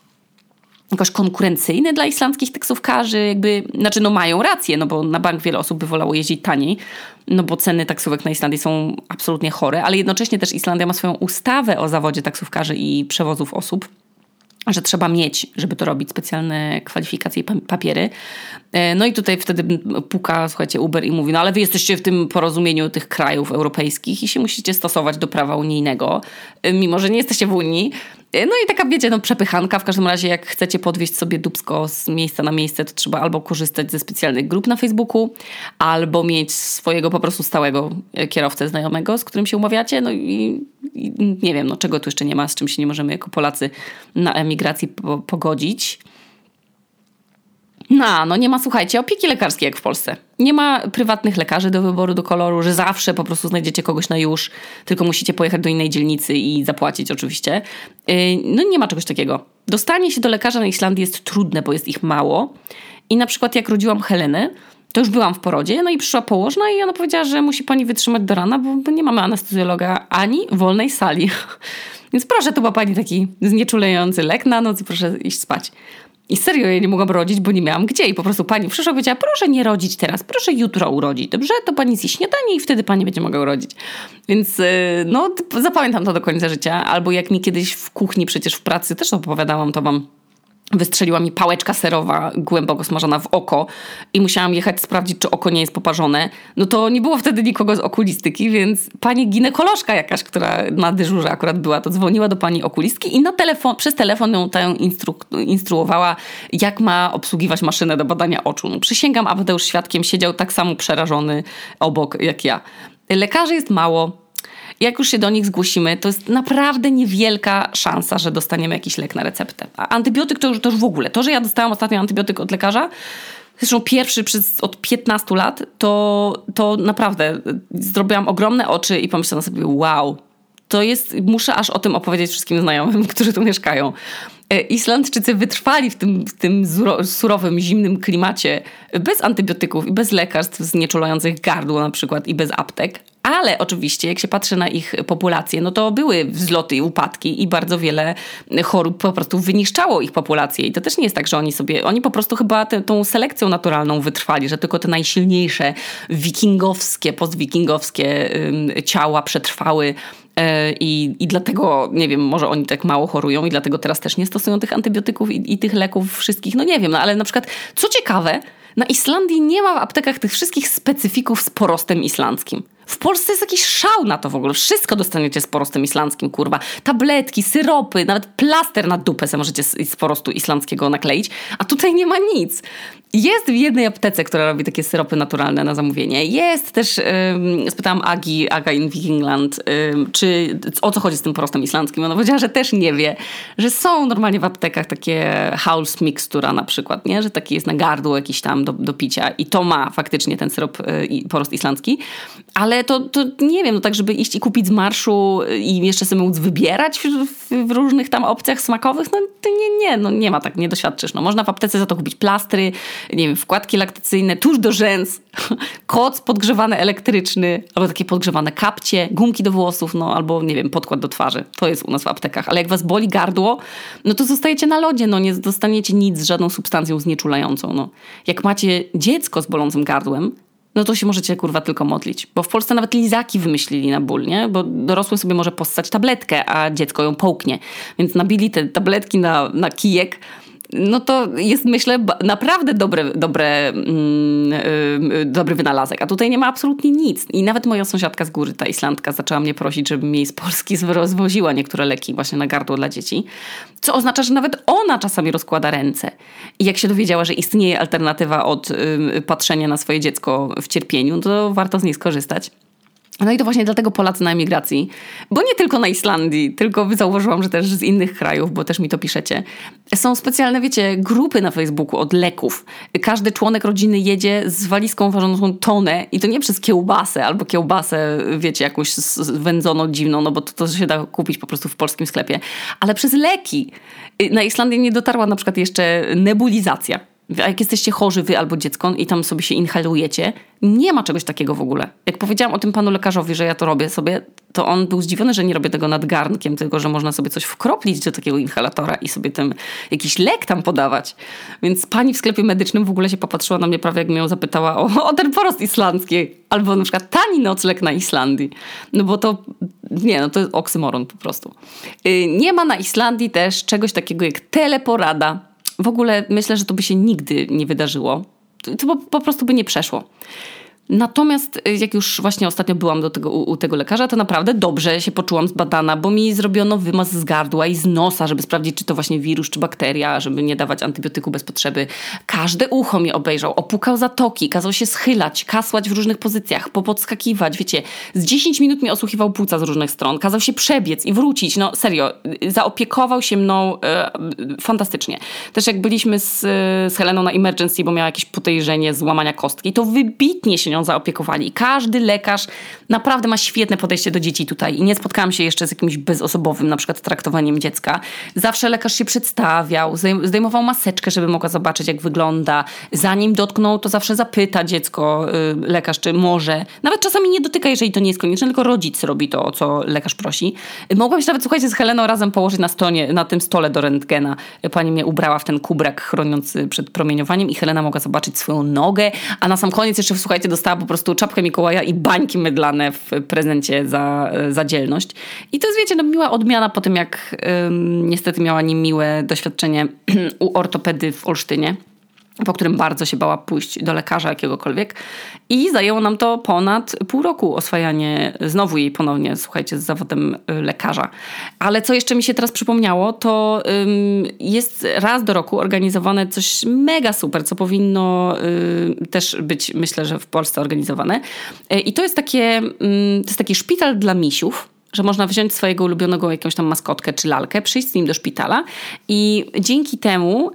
jakoś konkurencyjny dla islandzkich taksówkarzy, mają rację, no bo na bank wiele osób by wolało jeździć taniej, no bo ceny taksówek na Islandii są absolutnie chore, ale jednocześnie też Islandia ma swoją ustawę o zawodzie taksówkarzy i przewozów osób, że trzeba mieć, żeby to robić, specjalne kwalifikacje i papiery. No i tutaj wtedy puka, słuchajcie, Uber i mówi, no ale wy jesteście w tym porozumieniu tych krajów europejskich i się musicie stosować do prawa unijnego, mimo że nie jesteście w Unii. No i taka, wiecie, przepychanka. W każdym razie, jak chcecie podwieźć sobie dupsko z miejsca na miejsce, to trzeba albo korzystać ze specjalnych grup na Facebooku, albo mieć swojego po prostu stałego kierowcę znajomego, z którym się umawiacie. No i nie wiem, czego tu jeszcze nie ma, z czym się nie możemy jako Polacy na emigracji pogodzić. Nie ma, słuchajcie, opieki lekarskiej jak w Polsce. Nie ma prywatnych lekarzy do wyboru, do koloru, że zawsze po prostu znajdziecie kogoś na już, tylko musicie pojechać do innej dzielnicy i zapłacić oczywiście. Nie ma czegoś takiego. Dostanie się do lekarza na Islandii jest trudne, bo jest ich mało. I na przykład jak rodziłam Helenę, to już byłam w porodzie, no i przyszła położna i ona powiedziała, że musi pani wytrzymać do rana, bo nie mamy anestezjologa ani wolnej sali. Więc proszę, to była pani taki znieczulający lek na noc i proszę iść spać. I serio, ja nie mogłam rodzić, bo nie miałam gdzie. I po prostu pani przyszła i powiedziała, proszę nie rodzić teraz, proszę jutro urodzić. Dobrze? To pani zje śniadanie i wtedy pani będzie mogła urodzić. Więc zapamiętam to do końca życia. Albo jak mi kiedyś w kuchni, przecież w pracy, też opowiadałam to wam, wystrzeliła mi pałeczka serowa głęboko smażona w oko i musiałam jechać sprawdzić, czy oko nie jest poparzone. No to nie było wtedy nikogo z okulistyki, więc pani ginekolożka jakaś, która na dyżurze akurat była, to dzwoniła do pani okulistki i przez telefon ją instruowała, jak ma obsługiwać maszynę do badania oczu. No, przysięgam, Amadeusz świadkiem siedział tak samo przerażony obok jak ja. Lekarzy jest mało. Jak już się do nich zgłosimy, to jest naprawdę niewielka szansa, że dostaniemy jakiś lek na receptę. A antybiotyk to już w ogóle. To, że ja dostałam ostatnio antybiotyk od lekarza, zresztą pierwszy od 15 lat, to naprawdę zrobiłam ogromne oczy i pomyślałam sobie, wow, muszę aż o tym opowiedzieć wszystkim znajomym, którzy tu mieszkają. Islandczycy wytrwali w tym surowym, zimnym klimacie bez antybiotyków i bez lekarstw znieczulających gardło na przykład i bez aptek. Ale oczywiście, jak się patrzy na ich populację, no to były wzloty i upadki i bardzo wiele chorób po prostu wyniszczało ich populację. I to też nie jest tak, że oni po prostu chyba tą selekcją naturalną wytrwali, że tylko te najsilniejsze wikingowskie, postwikingowskie ciała przetrwały. I dlatego, nie wiem, może oni tak mało chorują i dlatego teraz też nie stosują tych antybiotyków i tych leków wszystkich. No nie wiem, ale na przykład, co ciekawe, na Islandii nie ma w aptekach tych wszystkich specyfików z porostem islandzkim. W Polsce jest jakiś szał na to w ogóle. Wszystko dostaniecie z porostem islandzkim, kurwa. Tabletki, syropy, nawet plaster na dupę sobie możecie z porostu islandzkiego nakleić, a tutaj nie ma nic. Jest w jednej aptece, która robi takie syropy naturalne na zamówienie. Jest też, spytałam Aga in Vikingland, o co chodzi z tym porostem islandzkim. Ona powiedziała, że też nie wie, że są normalnie w aptekach takie house mixtura na przykład, nie? Że taki jest na gardło jakiś tam do picia i to ma faktycznie ten syrop porost islandzki. Ale to nie wiem, no tak, żeby iść i kupić z marszu i jeszcze sobie móc wybierać w różnych tam opcjach smakowych, no to nie ma tak, nie doświadczysz. No, można w aptece za to kupić plastry, nie wiem, wkładki laktacyjne, tuż do rzęs, koc podgrzewany elektryczny, albo takie podgrzewane kapcie, gumki do włosów, no albo, nie wiem, podkład do twarzy. To jest u nas w aptekach. Ale jak was boli gardło, no to zostajecie na lodzie, no nie dostaniecie nic z żadną substancją znieczulającą, no. Jak macie dziecko z bolącym gardłem, no to się możecie, kurwa, tylko modlić. Bo w Polsce nawet lizaki wymyślili na ból, nie? Bo dorosły sobie może possać tabletkę, a dziecko ją połknie. Więc nabili te tabletki na kijek. No to jest, myślę, naprawdę dobry wynalazek. A tutaj nie ma absolutnie nic. I nawet moja sąsiadka z góry, ta Islandka, zaczęła mnie prosić, żebym jej z Polski rozwoziła niektóre leki właśnie na gardło dla dzieci. Co oznacza, że nawet ona czasami rozkłada ręce. I jak się dowiedziała, że istnieje alternatywa od patrzenia na swoje dziecko w cierpieniu, to warto z niej skorzystać. No i to właśnie dlatego Polacy na emigracji, bo nie tylko na Islandii, tylko zauważyłam, że też z innych krajów, bo też mi to piszecie, są specjalne, wiecie, grupy na Facebooku od leków. Każdy członek rodziny jedzie z walizką ważącą tonę i to nie przez kiełbasę albo kiełbasę, wiecie, jakąś wędzoną, dziwną, no bo to się da kupić po prostu w polskim sklepie, ale przez leki. Na Islandię nie dotarła na przykład jeszcze nebulizacja. A jak jesteście chorzy, wy albo dziecko i tam sobie się inhalujecie, nie ma czegoś takiego w ogóle. Jak powiedziałam o tym panu lekarzowi, że ja to robię sobie, to on był zdziwiony, że nie robię tego nad garnkiem, tylko że można sobie coś wkroplić do takiego inhalatora i sobie tym jakiś lek tam podawać. Więc pani w sklepie medycznym w ogóle się popatrzyła na mnie prawie jak mnie ją zapytała o ten porost islandzki. Albo na przykład tani nocleg na Islandii. No bo to, to jest oksymoron po prostu. Nie ma na Islandii też czegoś takiego jak teleporada. W ogóle myślę, że to by się nigdy nie wydarzyło. To po prostu by nie przeszło. Natomiast jak już właśnie ostatnio byłam u tego lekarza, to naprawdę dobrze się poczułam zbadana, bo mi zrobiono wymaz z gardła i z nosa, żeby sprawdzić, czy to właśnie wirus, czy bakteria, żeby nie dawać antybiotyku bez potrzeby. Każde ucho mnie obejrzał, opukał zatoki, kazał się schylać, kasłać w różnych pozycjach, popodskakiwać, wiecie. Z 10 minut mnie osłuchiwał płuca z różnych stron, kazał się przebiec i wrócić. No serio, zaopiekował się mną fantastycznie. Też jak byliśmy z Heleną na emergency, bo miała jakieś podejrzenie złamania kostki, to wybitnie się nią zaopiekowali. I każdy lekarz naprawdę ma świetne podejście do dzieci tutaj. I nie spotkałam się jeszcze z jakimś bezosobowym na przykład traktowaniem dziecka. Zawsze lekarz się przedstawiał, zdejmował maseczkę, żeby mogła zobaczyć, jak wygląda. Zanim dotknął, to zawsze zapyta dziecko, lekarz, czy może. Nawet czasami nie dotyka, jeżeli to nie jest konieczne, tylko rodzic robi to, o co lekarz prosi. Mogłam się nawet, słuchajcie, z Heleną razem położyć na tym stole do rentgena. Pani mnie ubrała w ten kubrak chroniący przed promieniowaniem i Helena mogła zobaczyć swoją nogę, a na sam koniec jeszcze, słuchajcie, dostała po prostu czapkę Mikołaja i bańki mydlane w prezencie za dzielność. I to jest, wiecie, miła odmiana po tym, jak niestety miała niemiłe doświadczenie u ortopedy w Olsztynie, po którym bardzo się bała pójść do lekarza jakiegokolwiek. I zajęło nam to ponad pół roku oswajanie znowu jej ponownie, słuchajcie, z zawodem lekarza. Ale co jeszcze mi się teraz przypomniało, to jest raz do roku organizowane coś mega super, co powinno też być, myślę, że w Polsce organizowane. I to jest taki szpital dla misiów, że można wziąć swojego ulubionego jakąś tam maskotkę czy lalkę, przyjść z nim do szpitala i dzięki temu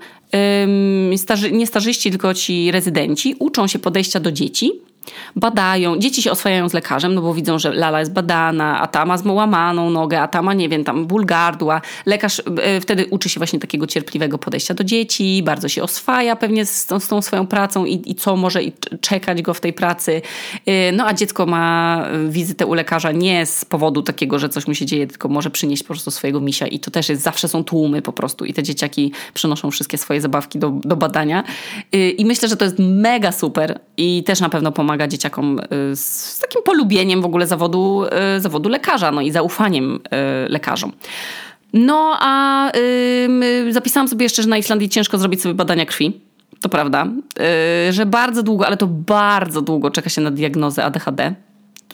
nie stażyści, tylko ci rezydenci uczą się podejścia do dzieci, badają, dzieci się oswajają z lekarzem, no bo widzą, że lala jest badana, a ta ma złamaną nogę, a ta ma, nie wiem, tam ból gardła. Lekarz wtedy uczy się właśnie takiego cierpliwego podejścia do dzieci, bardzo się oswaja pewnie z tą swoją pracą i co może czekać go w tej pracy. No a dziecko ma wizytę u lekarza nie z powodu takiego, że coś mu się dzieje, tylko może przynieść po prostu swojego misia i to też zawsze są tłumy po prostu i te dzieciaki przynoszą wszystkie swoje zabawki do badania. I myślę, że to jest mega super i też na pewno pomaga dzieciakom z takim polubieniem w ogóle zawodu lekarza, no i zaufaniem lekarzom. No a zapisałam sobie jeszcze, że na Islandii ciężko zrobić sobie badania krwi. To prawda, że bardzo długo, ale to bardzo długo czeka się na diagnozę ADHD.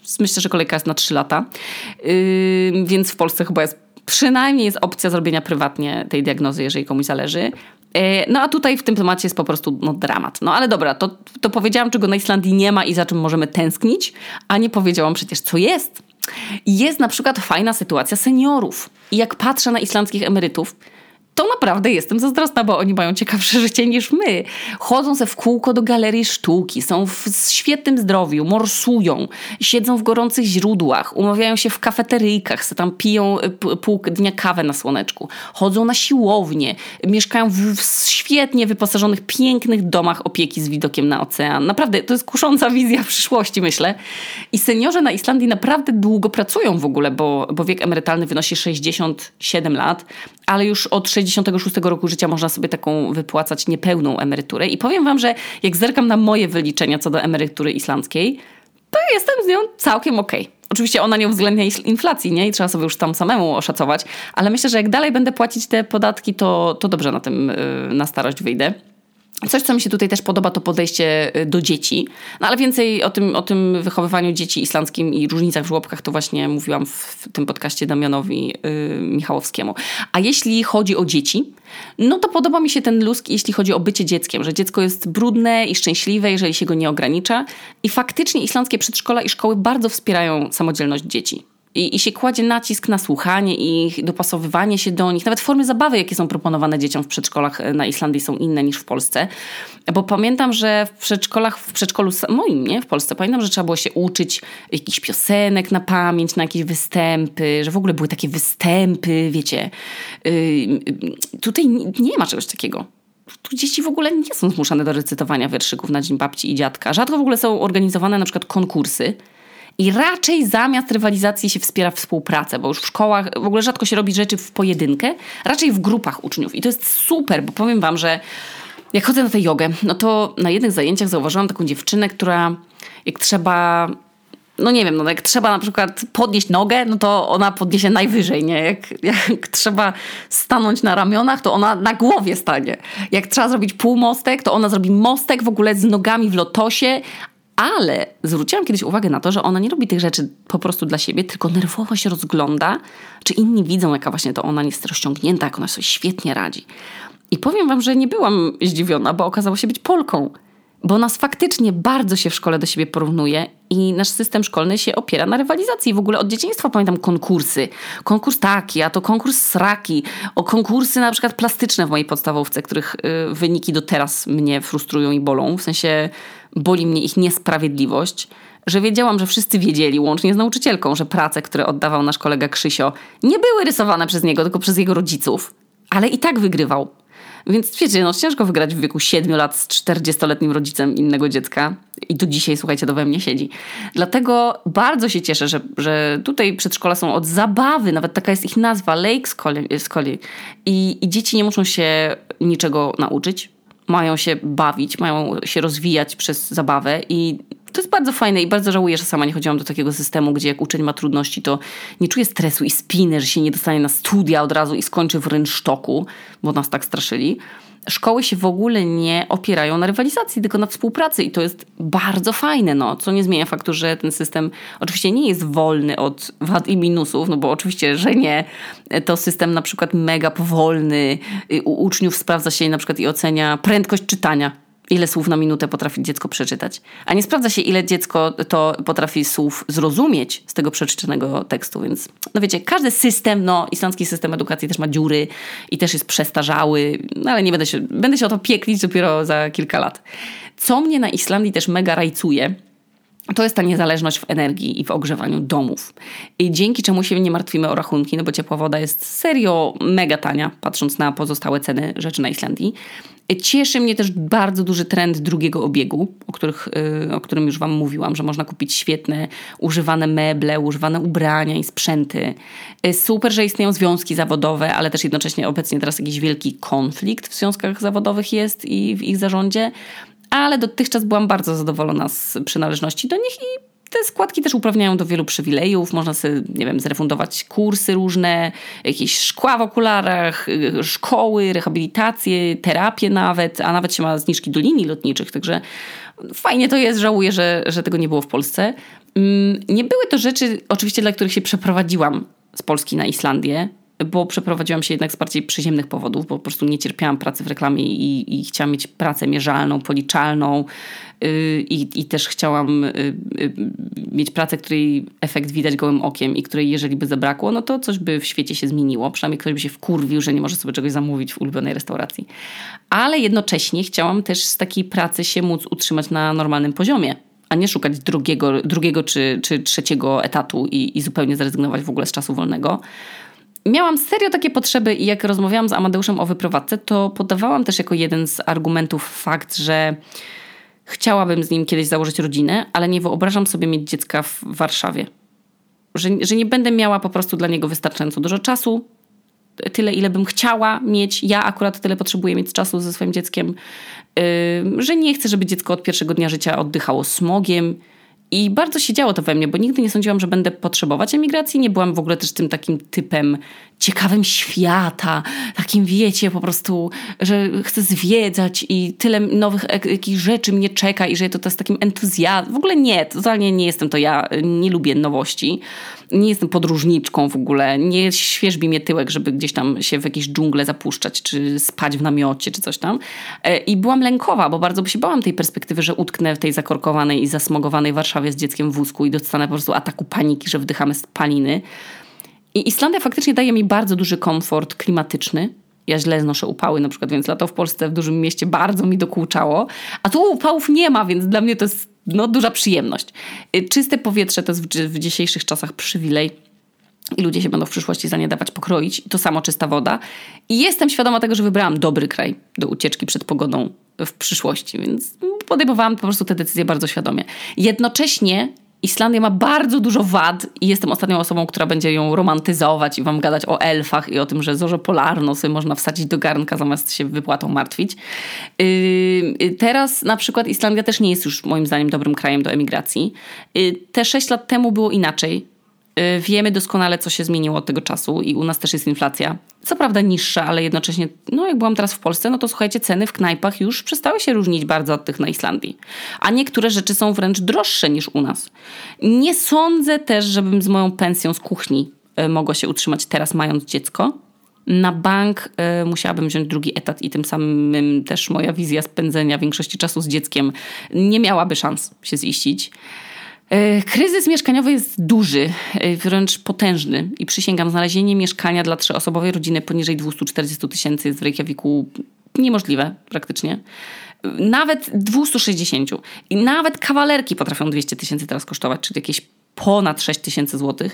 myślę, że kolejka jest na 3 lata. Więc w Polsce chyba przynajmniej jest opcja zrobienia prywatnie tej diagnozy, jeżeli komuś zależy. No a tutaj w tym temacie jest po prostu dramat. No ale dobra, to powiedziałam, czego na Islandii nie ma i za czym możemy tęsknić, a nie powiedziałam przecież, co jest. Jest na przykład fajna sytuacja seniorów. I jak patrzę na islandzkich emerytów, to naprawdę jestem zazdrosna, bo oni mają ciekawsze życie niż my. Chodzą se w kółko do galerii sztuki, są w świetnym zdrowiu, morsują, siedzą w gorących źródłach, umawiają się w kafeteryjkach, se tam piją pół dnia kawę na słoneczku, chodzą na siłownię, mieszkają w świetnie wyposażonych, pięknych domach opieki z widokiem na ocean. Naprawdę, to jest kusząca wizja przyszłości, myślę. I seniorzy na Islandii naprawdę długo pracują w ogóle, bo wiek emerytalny wynosi 67 lat, ale już od 66 roku życia można sobie taką wypłacać niepełną emeryturę. I powiem wam, że jak zerkam na moje wyliczenia co do emerytury islandzkiej, to jestem z nią całkiem okej. Oczywiście ona nie uwzględnia inflacji, nie? I trzeba sobie już tam samemu oszacować. Ale myślę, że jak dalej będę płacić te podatki, to dobrze na tym na starość wyjdę. Coś, co mi się tutaj też podoba, to podejście do dzieci. No ale więcej o tym wychowywaniu dzieci islandzkim i różnicach w żłobkach to właśnie mówiłam w tym podcaście Damianowi Michałowskiemu. A jeśli chodzi o dzieci, no to podoba mi się ten luz, jeśli chodzi o bycie dzieckiem, że dziecko jest brudne i szczęśliwe, jeżeli się go nie ogranicza. I faktycznie islandzkie przedszkola i szkoły bardzo wspierają samodzielność dzieci. I się kładzie nacisk na słuchanie ich, dopasowywanie się do nich. Nawet formy zabawy, jakie są proponowane dzieciom w przedszkolach na Islandii są inne niż w Polsce. Bo pamiętam, że w przedszkolu moim, nie? W Polsce, pamiętam, że trzeba było się uczyć jakichś piosenek na pamięć, na jakieś występy, że w ogóle były takie występy, wiecie. Tutaj nie ma czegoś takiego. Tu dzieci w ogóle nie są zmuszane do recytowania wierszyków na Dzień Babci i Dziadka. Rzadko w ogóle są organizowane na przykład konkursy. I raczej zamiast rywalizacji się wspiera współpracę, bo już w szkołach w ogóle rzadko się robi rzeczy w pojedynkę, raczej w grupach uczniów. I to jest super, bo powiem wam, że jak chodzę na tę jogę, no to na jednych zajęciach zauważyłam taką dziewczynę, która jak trzeba... No nie wiem, no jak trzeba na przykład podnieść nogę, no to ona podniesie najwyżej, nie? Jak trzeba stanąć na ramionach, to ona na głowie stanie. Jak trzeba zrobić półmostek, to ona zrobi mostek w ogóle z nogami w lotosie. Ale zwróciłam kiedyś uwagę na to, że ona nie robi tych rzeczy po prostu dla siebie, tylko nerwowo się rozgląda, czy inni widzą, jaka właśnie to ona jest rozciągnięta, jak ona sobie świetnie radzi. I powiem wam, że nie byłam zdziwiona, bo okazało się być Polką. Bo nas faktycznie bardzo się w szkole do siebie porównuje i nasz system szkolny się opiera na rywalizacji. W ogóle od dzieciństwa pamiętam konkursy. Konkurs taki, a to konkurs sraki. O konkursy na przykład plastyczne w mojej podstawówce, których wyniki do teraz mnie frustrują i bolą. W sensie boli mnie ich niesprawiedliwość. Że wiedziałam, że wszyscy wiedzieli, łącznie z nauczycielką, że prace, które oddawał nasz kolega Krzysio, nie były rysowane przez niego, tylko przez jego rodziców. Ale i tak wygrywał. Więc wiecie, no ciężko wygrać w wieku 7 lat z 40-letnim rodzicem innego dziecka. I do dzisiaj, słuchajcie, to we mnie siedzi. Dlatego bardzo się cieszę, że tutaj przedszkola są od zabawy. Nawet taka jest ich nazwa, Lake Scully. I dzieci nie muszą się niczego nauczyć. Mają się bawić, mają się rozwijać przez zabawę i to jest bardzo fajne i bardzo żałuję, że sama nie chodziłam do takiego systemu, gdzie jak uczeń ma trudności, to nie czuje stresu i spiny, że się nie dostanie na studia od razu i skończy w rynsztoku, bo nas tak straszyli. Szkoły się w ogóle nie opierają na rywalizacji, tylko na współpracy i to jest bardzo fajne, no, co nie zmienia faktu, że ten system oczywiście nie jest wolny od wad i minusów, no bo oczywiście, że nie. To system na przykład mega powolny, u uczniów sprawdza się na przykład i ocenia prędkość czytania. Ile słów na minutę potrafi dziecko przeczytać. A nie sprawdza się, ile dziecko to potrafi słów zrozumieć z tego przeczytanego tekstu. Więc, no wiecie, każdy system, no islandzki system edukacji też ma dziury i też jest przestarzały, no ale nie będę się o to pieklić dopiero za kilka lat. Co mnie na Islandii też mega rajcuje, to jest ta niezależność w energii i w ogrzewaniu domów. I dzięki czemu się nie martwimy o rachunki, no bo ciepła woda jest serio mega tania, patrząc na pozostałe ceny rzeczy na Islandii. Cieszy mnie też bardzo duży trend drugiego obiegu, o którym już wam mówiłam, że można kupić świetne, używane meble, używane ubrania i sprzęty. Super, że istnieją związki zawodowe, ale też jednocześnie obecnie teraz jakiś wielki konflikt w związkach zawodowych jest i w ich zarządzie. Ale dotychczas byłam bardzo zadowolona z przynależności do nich i te składki też uprawniają do wielu przywilejów. Można sobie, nie wiem, zrefundować kursy różne, jakieś szkła w okularach, szkoły, rehabilitacje, terapię nawet, a nawet się ma zniżki do linii lotniczych, także fajnie to jest, żałuję, że tego nie było w Polsce. Nie były to rzeczy oczywiście, dla których się przeprowadziłam z Polski na Islandię, bo przeprowadziłam się jednak z bardziej przyziemnych powodów, bo po prostu nie cierpiałam pracy w reklamie i chciałam mieć pracę mierzalną, policzalną i też chciałam mieć pracę, której efekt widać gołym okiem i której jeżeli by zabrakło, no to coś by w świecie się zmieniło. Przynajmniej ktoś by się wkurwił, że nie może sobie czegoś zamówić w ulubionej restauracji. Ale jednocześnie chciałam też z takiej pracy się móc utrzymać na normalnym poziomie, a nie szukać drugiego czy trzeciego etatu i zupełnie zrezygnować w ogóle z czasu wolnego. Miałam serio takie potrzeby i jak rozmawiałam z Amadeuszem o wyprowadzce, to podawałam też jako jeden z argumentów fakt, że chciałabym z nim kiedyś założyć rodzinę, ale nie wyobrażam sobie mieć dziecka w Warszawie. Że nie będę miała po prostu dla niego wystarczająco dużo czasu, tyle ile bym chciała mieć. Ja akurat tyle potrzebuję mieć czasu ze swoim dzieckiem, że nie chcę, żeby dziecko od pierwszego dnia życia oddychało smogiem. I bardzo się działo to we mnie, bo nigdy nie sądziłam, że będę potrzebować emigracji. Nie byłam w ogóle też tym takim typem ciekawym świata, takim wiecie po prostu, że chcę zwiedzać i tyle nowych jakichś rzeczy mnie czeka i że to jest takim entuzjazmem. W ogóle nie, totalnie nie jestem to ja. Nie lubię nowości. Nie jestem podróżniczką w ogóle. Nie świerzbi mnie tyłek, żeby gdzieś tam się w jakieś dżungle zapuszczać, czy spać w namiocie, czy coś tam. I byłam lękowa, bo bardzo się bałam tej perspektywy, że utknę w tej zakorkowanej i zasmogowanej Warszawie z dzieckiem w wózku i dostanę po prostu ataku paniki, że wdychamy spaliny. I Islandia faktycznie daje mi bardzo duży komfort klimatyczny. Ja źle znoszę upały na przykład, więc lato w Polsce w dużym mieście bardzo mi dokuczało. A tu upałów nie ma, więc dla mnie to jest duża przyjemność. Czyste powietrze to jest w dzisiejszych czasach przywilej i ludzie się będą w przyszłości za nie dawać pokroić. To samo czysta woda. I jestem świadoma tego, że wybrałam dobry kraj do ucieczki przed pogodą w przyszłości, więc podejmowałam po prostu te decyzje bardzo świadomie. Jednocześnie Islandia ma bardzo dużo wad i jestem ostatnią osobą, która będzie ją romantyzować i wam gadać o elfach i o tym, że zorzę polarną sobie można wsadzić do garnka zamiast się wypłatą martwić. Teraz na przykład Islandia też nie jest już moim zdaniem dobrym krajem do emigracji. Te 6 lat temu było inaczej. Wiemy doskonale, co się zmieniło od tego czasu i u nas też jest inflacja. Co prawda niższa, ale jednocześnie, jak byłam teraz w Polsce, no to słuchajcie, ceny w knajpach już przestały się różnić bardzo od tych na Islandii. A niektóre rzeczy są wręcz droższe niż u nas. Nie sądzę też, żebym z moją pensją z kuchni mogła się utrzymać teraz, mając dziecko. Na bank musiałabym wziąć drugi etat i tym samym też moja wizja spędzenia większości czasu z dzieckiem nie miałaby szans się ziścić. Kryzys mieszkaniowy jest duży, wręcz potężny i przysięgam, znalezienie mieszkania dla 3-osobowej rodziny poniżej 240 000 jest w Reykjaviku niemożliwe praktycznie. Nawet 260. I nawet kawalerki potrafią 200 000 teraz kosztować, czyli jakieś ponad 6 000 złotych.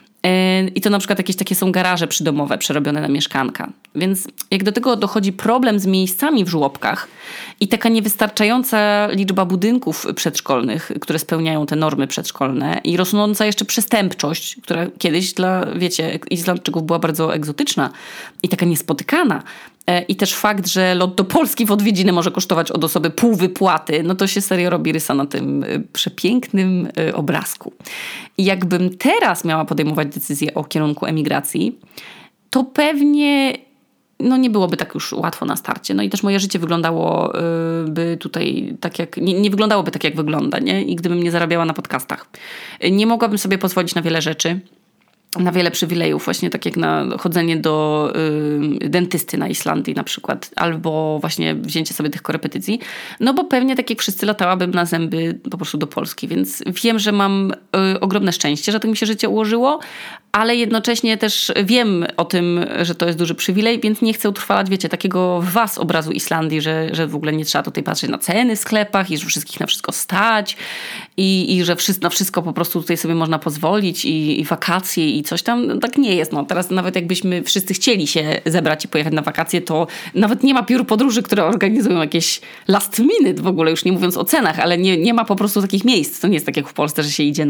I to na przykład jakieś takie są garaże przydomowe przerobione na mieszkanka. Więc jak do tego dochodzi problem z miejscami w żłobkach i taka niewystarczająca liczba budynków przedszkolnych, które spełniają te normy przedszkolne i rosnąca jeszcze przestępczość, która kiedyś dla, Islandczyków była bardzo egzotyczna i taka niespotykana. I też fakt, że lot do Polski w odwiedziny może kosztować od osoby pół wypłaty, no to się serio robi rysa na tym przepięknym obrazku. I jakbym teraz miała podejmować decyzję o kierunku emigracji, to pewnie nie byłoby tak już łatwo na starcie. No i też moje życie wyglądało by tutaj tak jak... Nie wyglądałoby tak, jak wygląda, nie? I gdybym nie zarabiała na podcastach. Nie mogłabym sobie pozwolić na wiele rzeczy, na wiele przywilejów, właśnie tak jak na chodzenie do dentysty na Islandii na przykład, albo właśnie wzięcie sobie tych korepetycji, bo pewnie tak jak wszyscy latałabym na zęby po prostu do Polski, więc wiem, że mam ogromne szczęście, że tak mi się życie ułożyło, ale jednocześnie też wiem o tym, że to jest duży przywilej, więc nie chcę utrwalać, takiego w was obrazu Islandii, że w ogóle nie trzeba tutaj patrzeć na ceny w sklepach i że wszystkich na wszystko stać i że na wszystko po prostu tutaj sobie można pozwolić i wakacje i coś tam. Tak nie jest. Teraz nawet jakbyśmy wszyscy chcieli się zebrać i pojechać na wakacje, to nawet nie ma biur podróży, które organizują jakieś last minute w ogóle, już nie mówiąc o cenach, ale nie ma po prostu takich miejsc. To nie jest tak jak w Polsce, że się idzie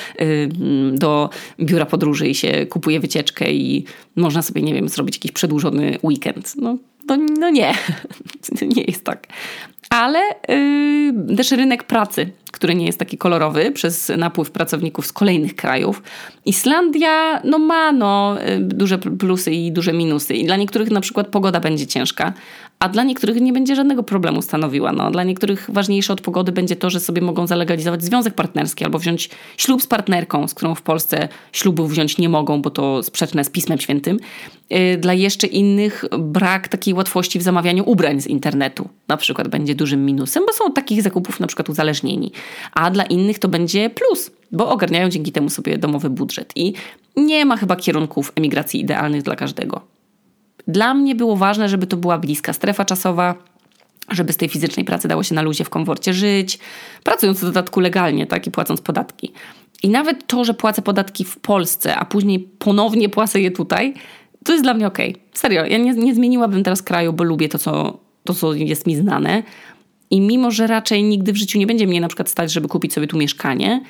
do biura podróży i się kupuje wycieczkę i można sobie, nie wiem, zrobić jakiś przedłużony weekend. Nie. Nie jest tak. Ale też rynek pracy który nie jest taki kolorowy przez napływ pracowników z kolejnych krajów. Islandia ma duże plusy i duże minusy. I dla niektórych na przykład pogoda będzie ciężka, a dla niektórych nie będzie żadnego problemu stanowiła. Dla niektórych ważniejsze od pogody będzie to, że sobie mogą zalegalizować związek partnerski albo wziąć ślub z partnerką, z którą w Polsce ślubu wziąć nie mogą, bo to sprzeczne z Pismem Świętym. Dla jeszcze innych brak takiej łatwości w zamawianiu ubrań z internetu na przykład będzie dużym minusem, bo są od takich zakupów na przykład uzależnieni. A dla innych to będzie plus, bo ogarniają dzięki temu sobie domowy budżet. I nie ma chyba kierunków emigracji idealnych dla każdego. Dla mnie było ważne, żeby to była bliska strefa czasowa, żeby z tej fizycznej pracy dało się na luzie w komforcie żyć, pracując w dodatku legalnie, tak, i płacąc podatki. I nawet to, że płacę podatki w Polsce, a później ponownie płacę je tutaj, to jest dla mnie okej. Serio, ja nie zmieniłabym teraz kraju, bo lubię to, co jest mi znane. I mimo, że raczej nigdy w życiu nie będzie mnie na przykład stać, żeby kupić sobie tu mieszkanie,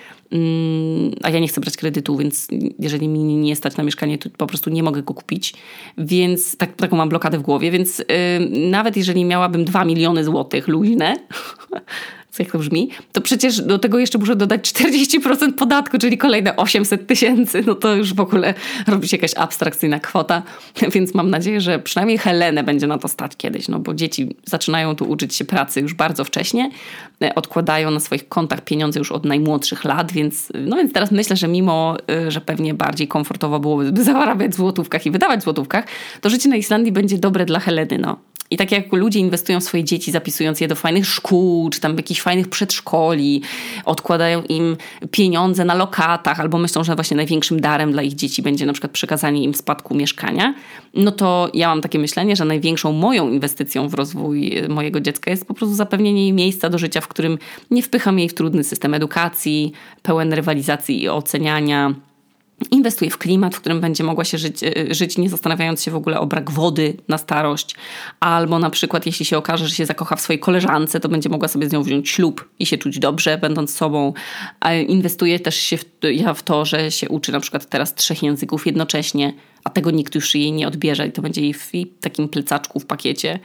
a ja nie chcę brać kredytu, więc jeżeli mi nie stać na mieszkanie, to po prostu nie mogę go kupić. Więc taką mam blokadę w głowie. Więc nawet jeżeli miałabym 2 miliony złotych luźne, jak to brzmi, to przecież do tego jeszcze muszę dodać 40% podatku, czyli kolejne 800 000. No to już w ogóle robi się jakaś abstrakcyjna kwota. Więc mam nadzieję, że przynajmniej Helenę będzie na to stać kiedyś, bo dzieci zaczynają tu uczyć się pracy już bardzo wcześnie. Odkładają na swoich kontach pieniądze już od najmłodszych lat, więc teraz myślę, że mimo, że pewnie bardziej komfortowo byłoby zarabiać w złotówkach i wydawać w złotówkach, to życie na Islandii będzie dobre dla Heleny, I tak jak ludzie inwestują w swoje dzieci, zapisując je do fajnych szkół, czy tam jakichś fajnych przedszkoli, odkładają im pieniądze na lokatach, albo myślą, że właśnie największym darem dla ich dzieci będzie na przykład przekazanie im spadku mieszkania, to ja mam takie myślenie, że największą moją inwestycją w rozwój mojego dziecka jest po prostu zapewnienie jej miejsca do życia, w którym nie wpycham jej w trudny system edukacji, pełen rywalizacji i oceniania. Inwestuję w klimat, w którym będzie mogła się żyć, nie zastanawiając się w ogóle o brak wody na starość. Albo na przykład, jeśli się okaże, że się zakocha w swojej koleżance, to będzie mogła sobie z nią wziąć ślub i się czuć dobrze, będąc sobą. Inwestuję też w to, że się uczy na przykład teraz 3 języków jednocześnie, a tego nikt już jej nie odbierze i to będzie jej w takim plecaczku, w pakiecie.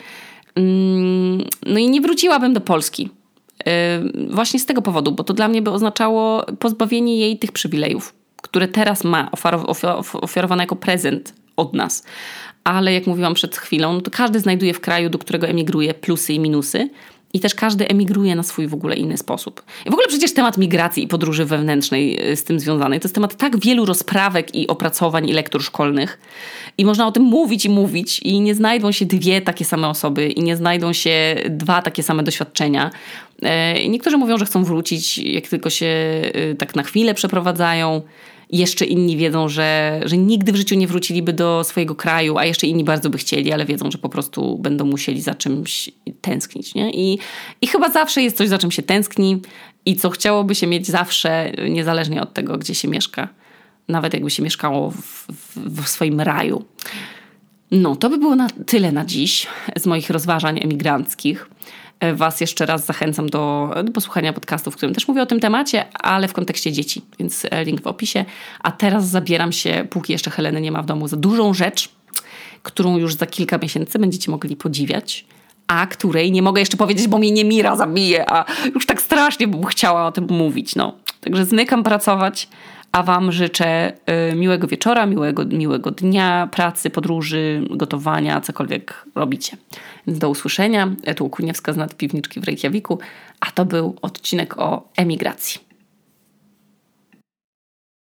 I nie wróciłabym do Polski. Właśnie z tego powodu, bo to dla mnie by oznaczało pozbawienie jej tych przywilejów, które teraz ma ofiarowane jako prezent od nas. Ale jak mówiłam przed chwilą, to każdy znajduje w kraju, do którego emigruje, plusy i minusy. I też każdy emigruje na swój w ogóle inny sposób. I w ogóle przecież temat migracji i podróży wewnętrznej z tym związany to jest temat tak wielu rozprawek i opracowań i lektur szkolnych. I można o tym mówić i nie znajdą się 2 takie same osoby i nie znajdą się 2 takie same doświadczenia. I niektórzy mówią, że chcą wrócić, jak tylko się tak na chwilę przeprowadzają. Jeszcze inni wiedzą, że nigdy w życiu nie wróciliby do swojego kraju, a jeszcze inni bardzo by chcieli, ale wiedzą, że po prostu będą musieli za czymś tęsknić. Nie? I chyba zawsze jest coś, za czym się tęskni i co chciałoby się mieć zawsze, niezależnie od tego, gdzie się mieszka. Nawet jakby się mieszkało w swoim raju. To by było tyle na dziś z moich rozważań emigranckich. Was jeszcze raz zachęcam do posłuchania podcastu, w którym też mówię o tym temacie, ale w kontekście dzieci, więc link w opisie. A teraz zabieram się, póki jeszcze Heleny nie ma w domu, za dużą rzecz, którą już za kilka miesięcy będziecie mogli podziwiać, a której nie mogę jeszcze powiedzieć, bo mnie Niemira zabije, a już tak strasznie bym chciała o tym mówić. Także zmykam pracować, a wam życzę miłego wieczora, miłego dnia, pracy, podróży, gotowania, cokolwiek robicie. Więc do usłyszenia. Tu Kuniewska z Nadpiwniczki w Reykjaviku, a to był odcinek o emigracji.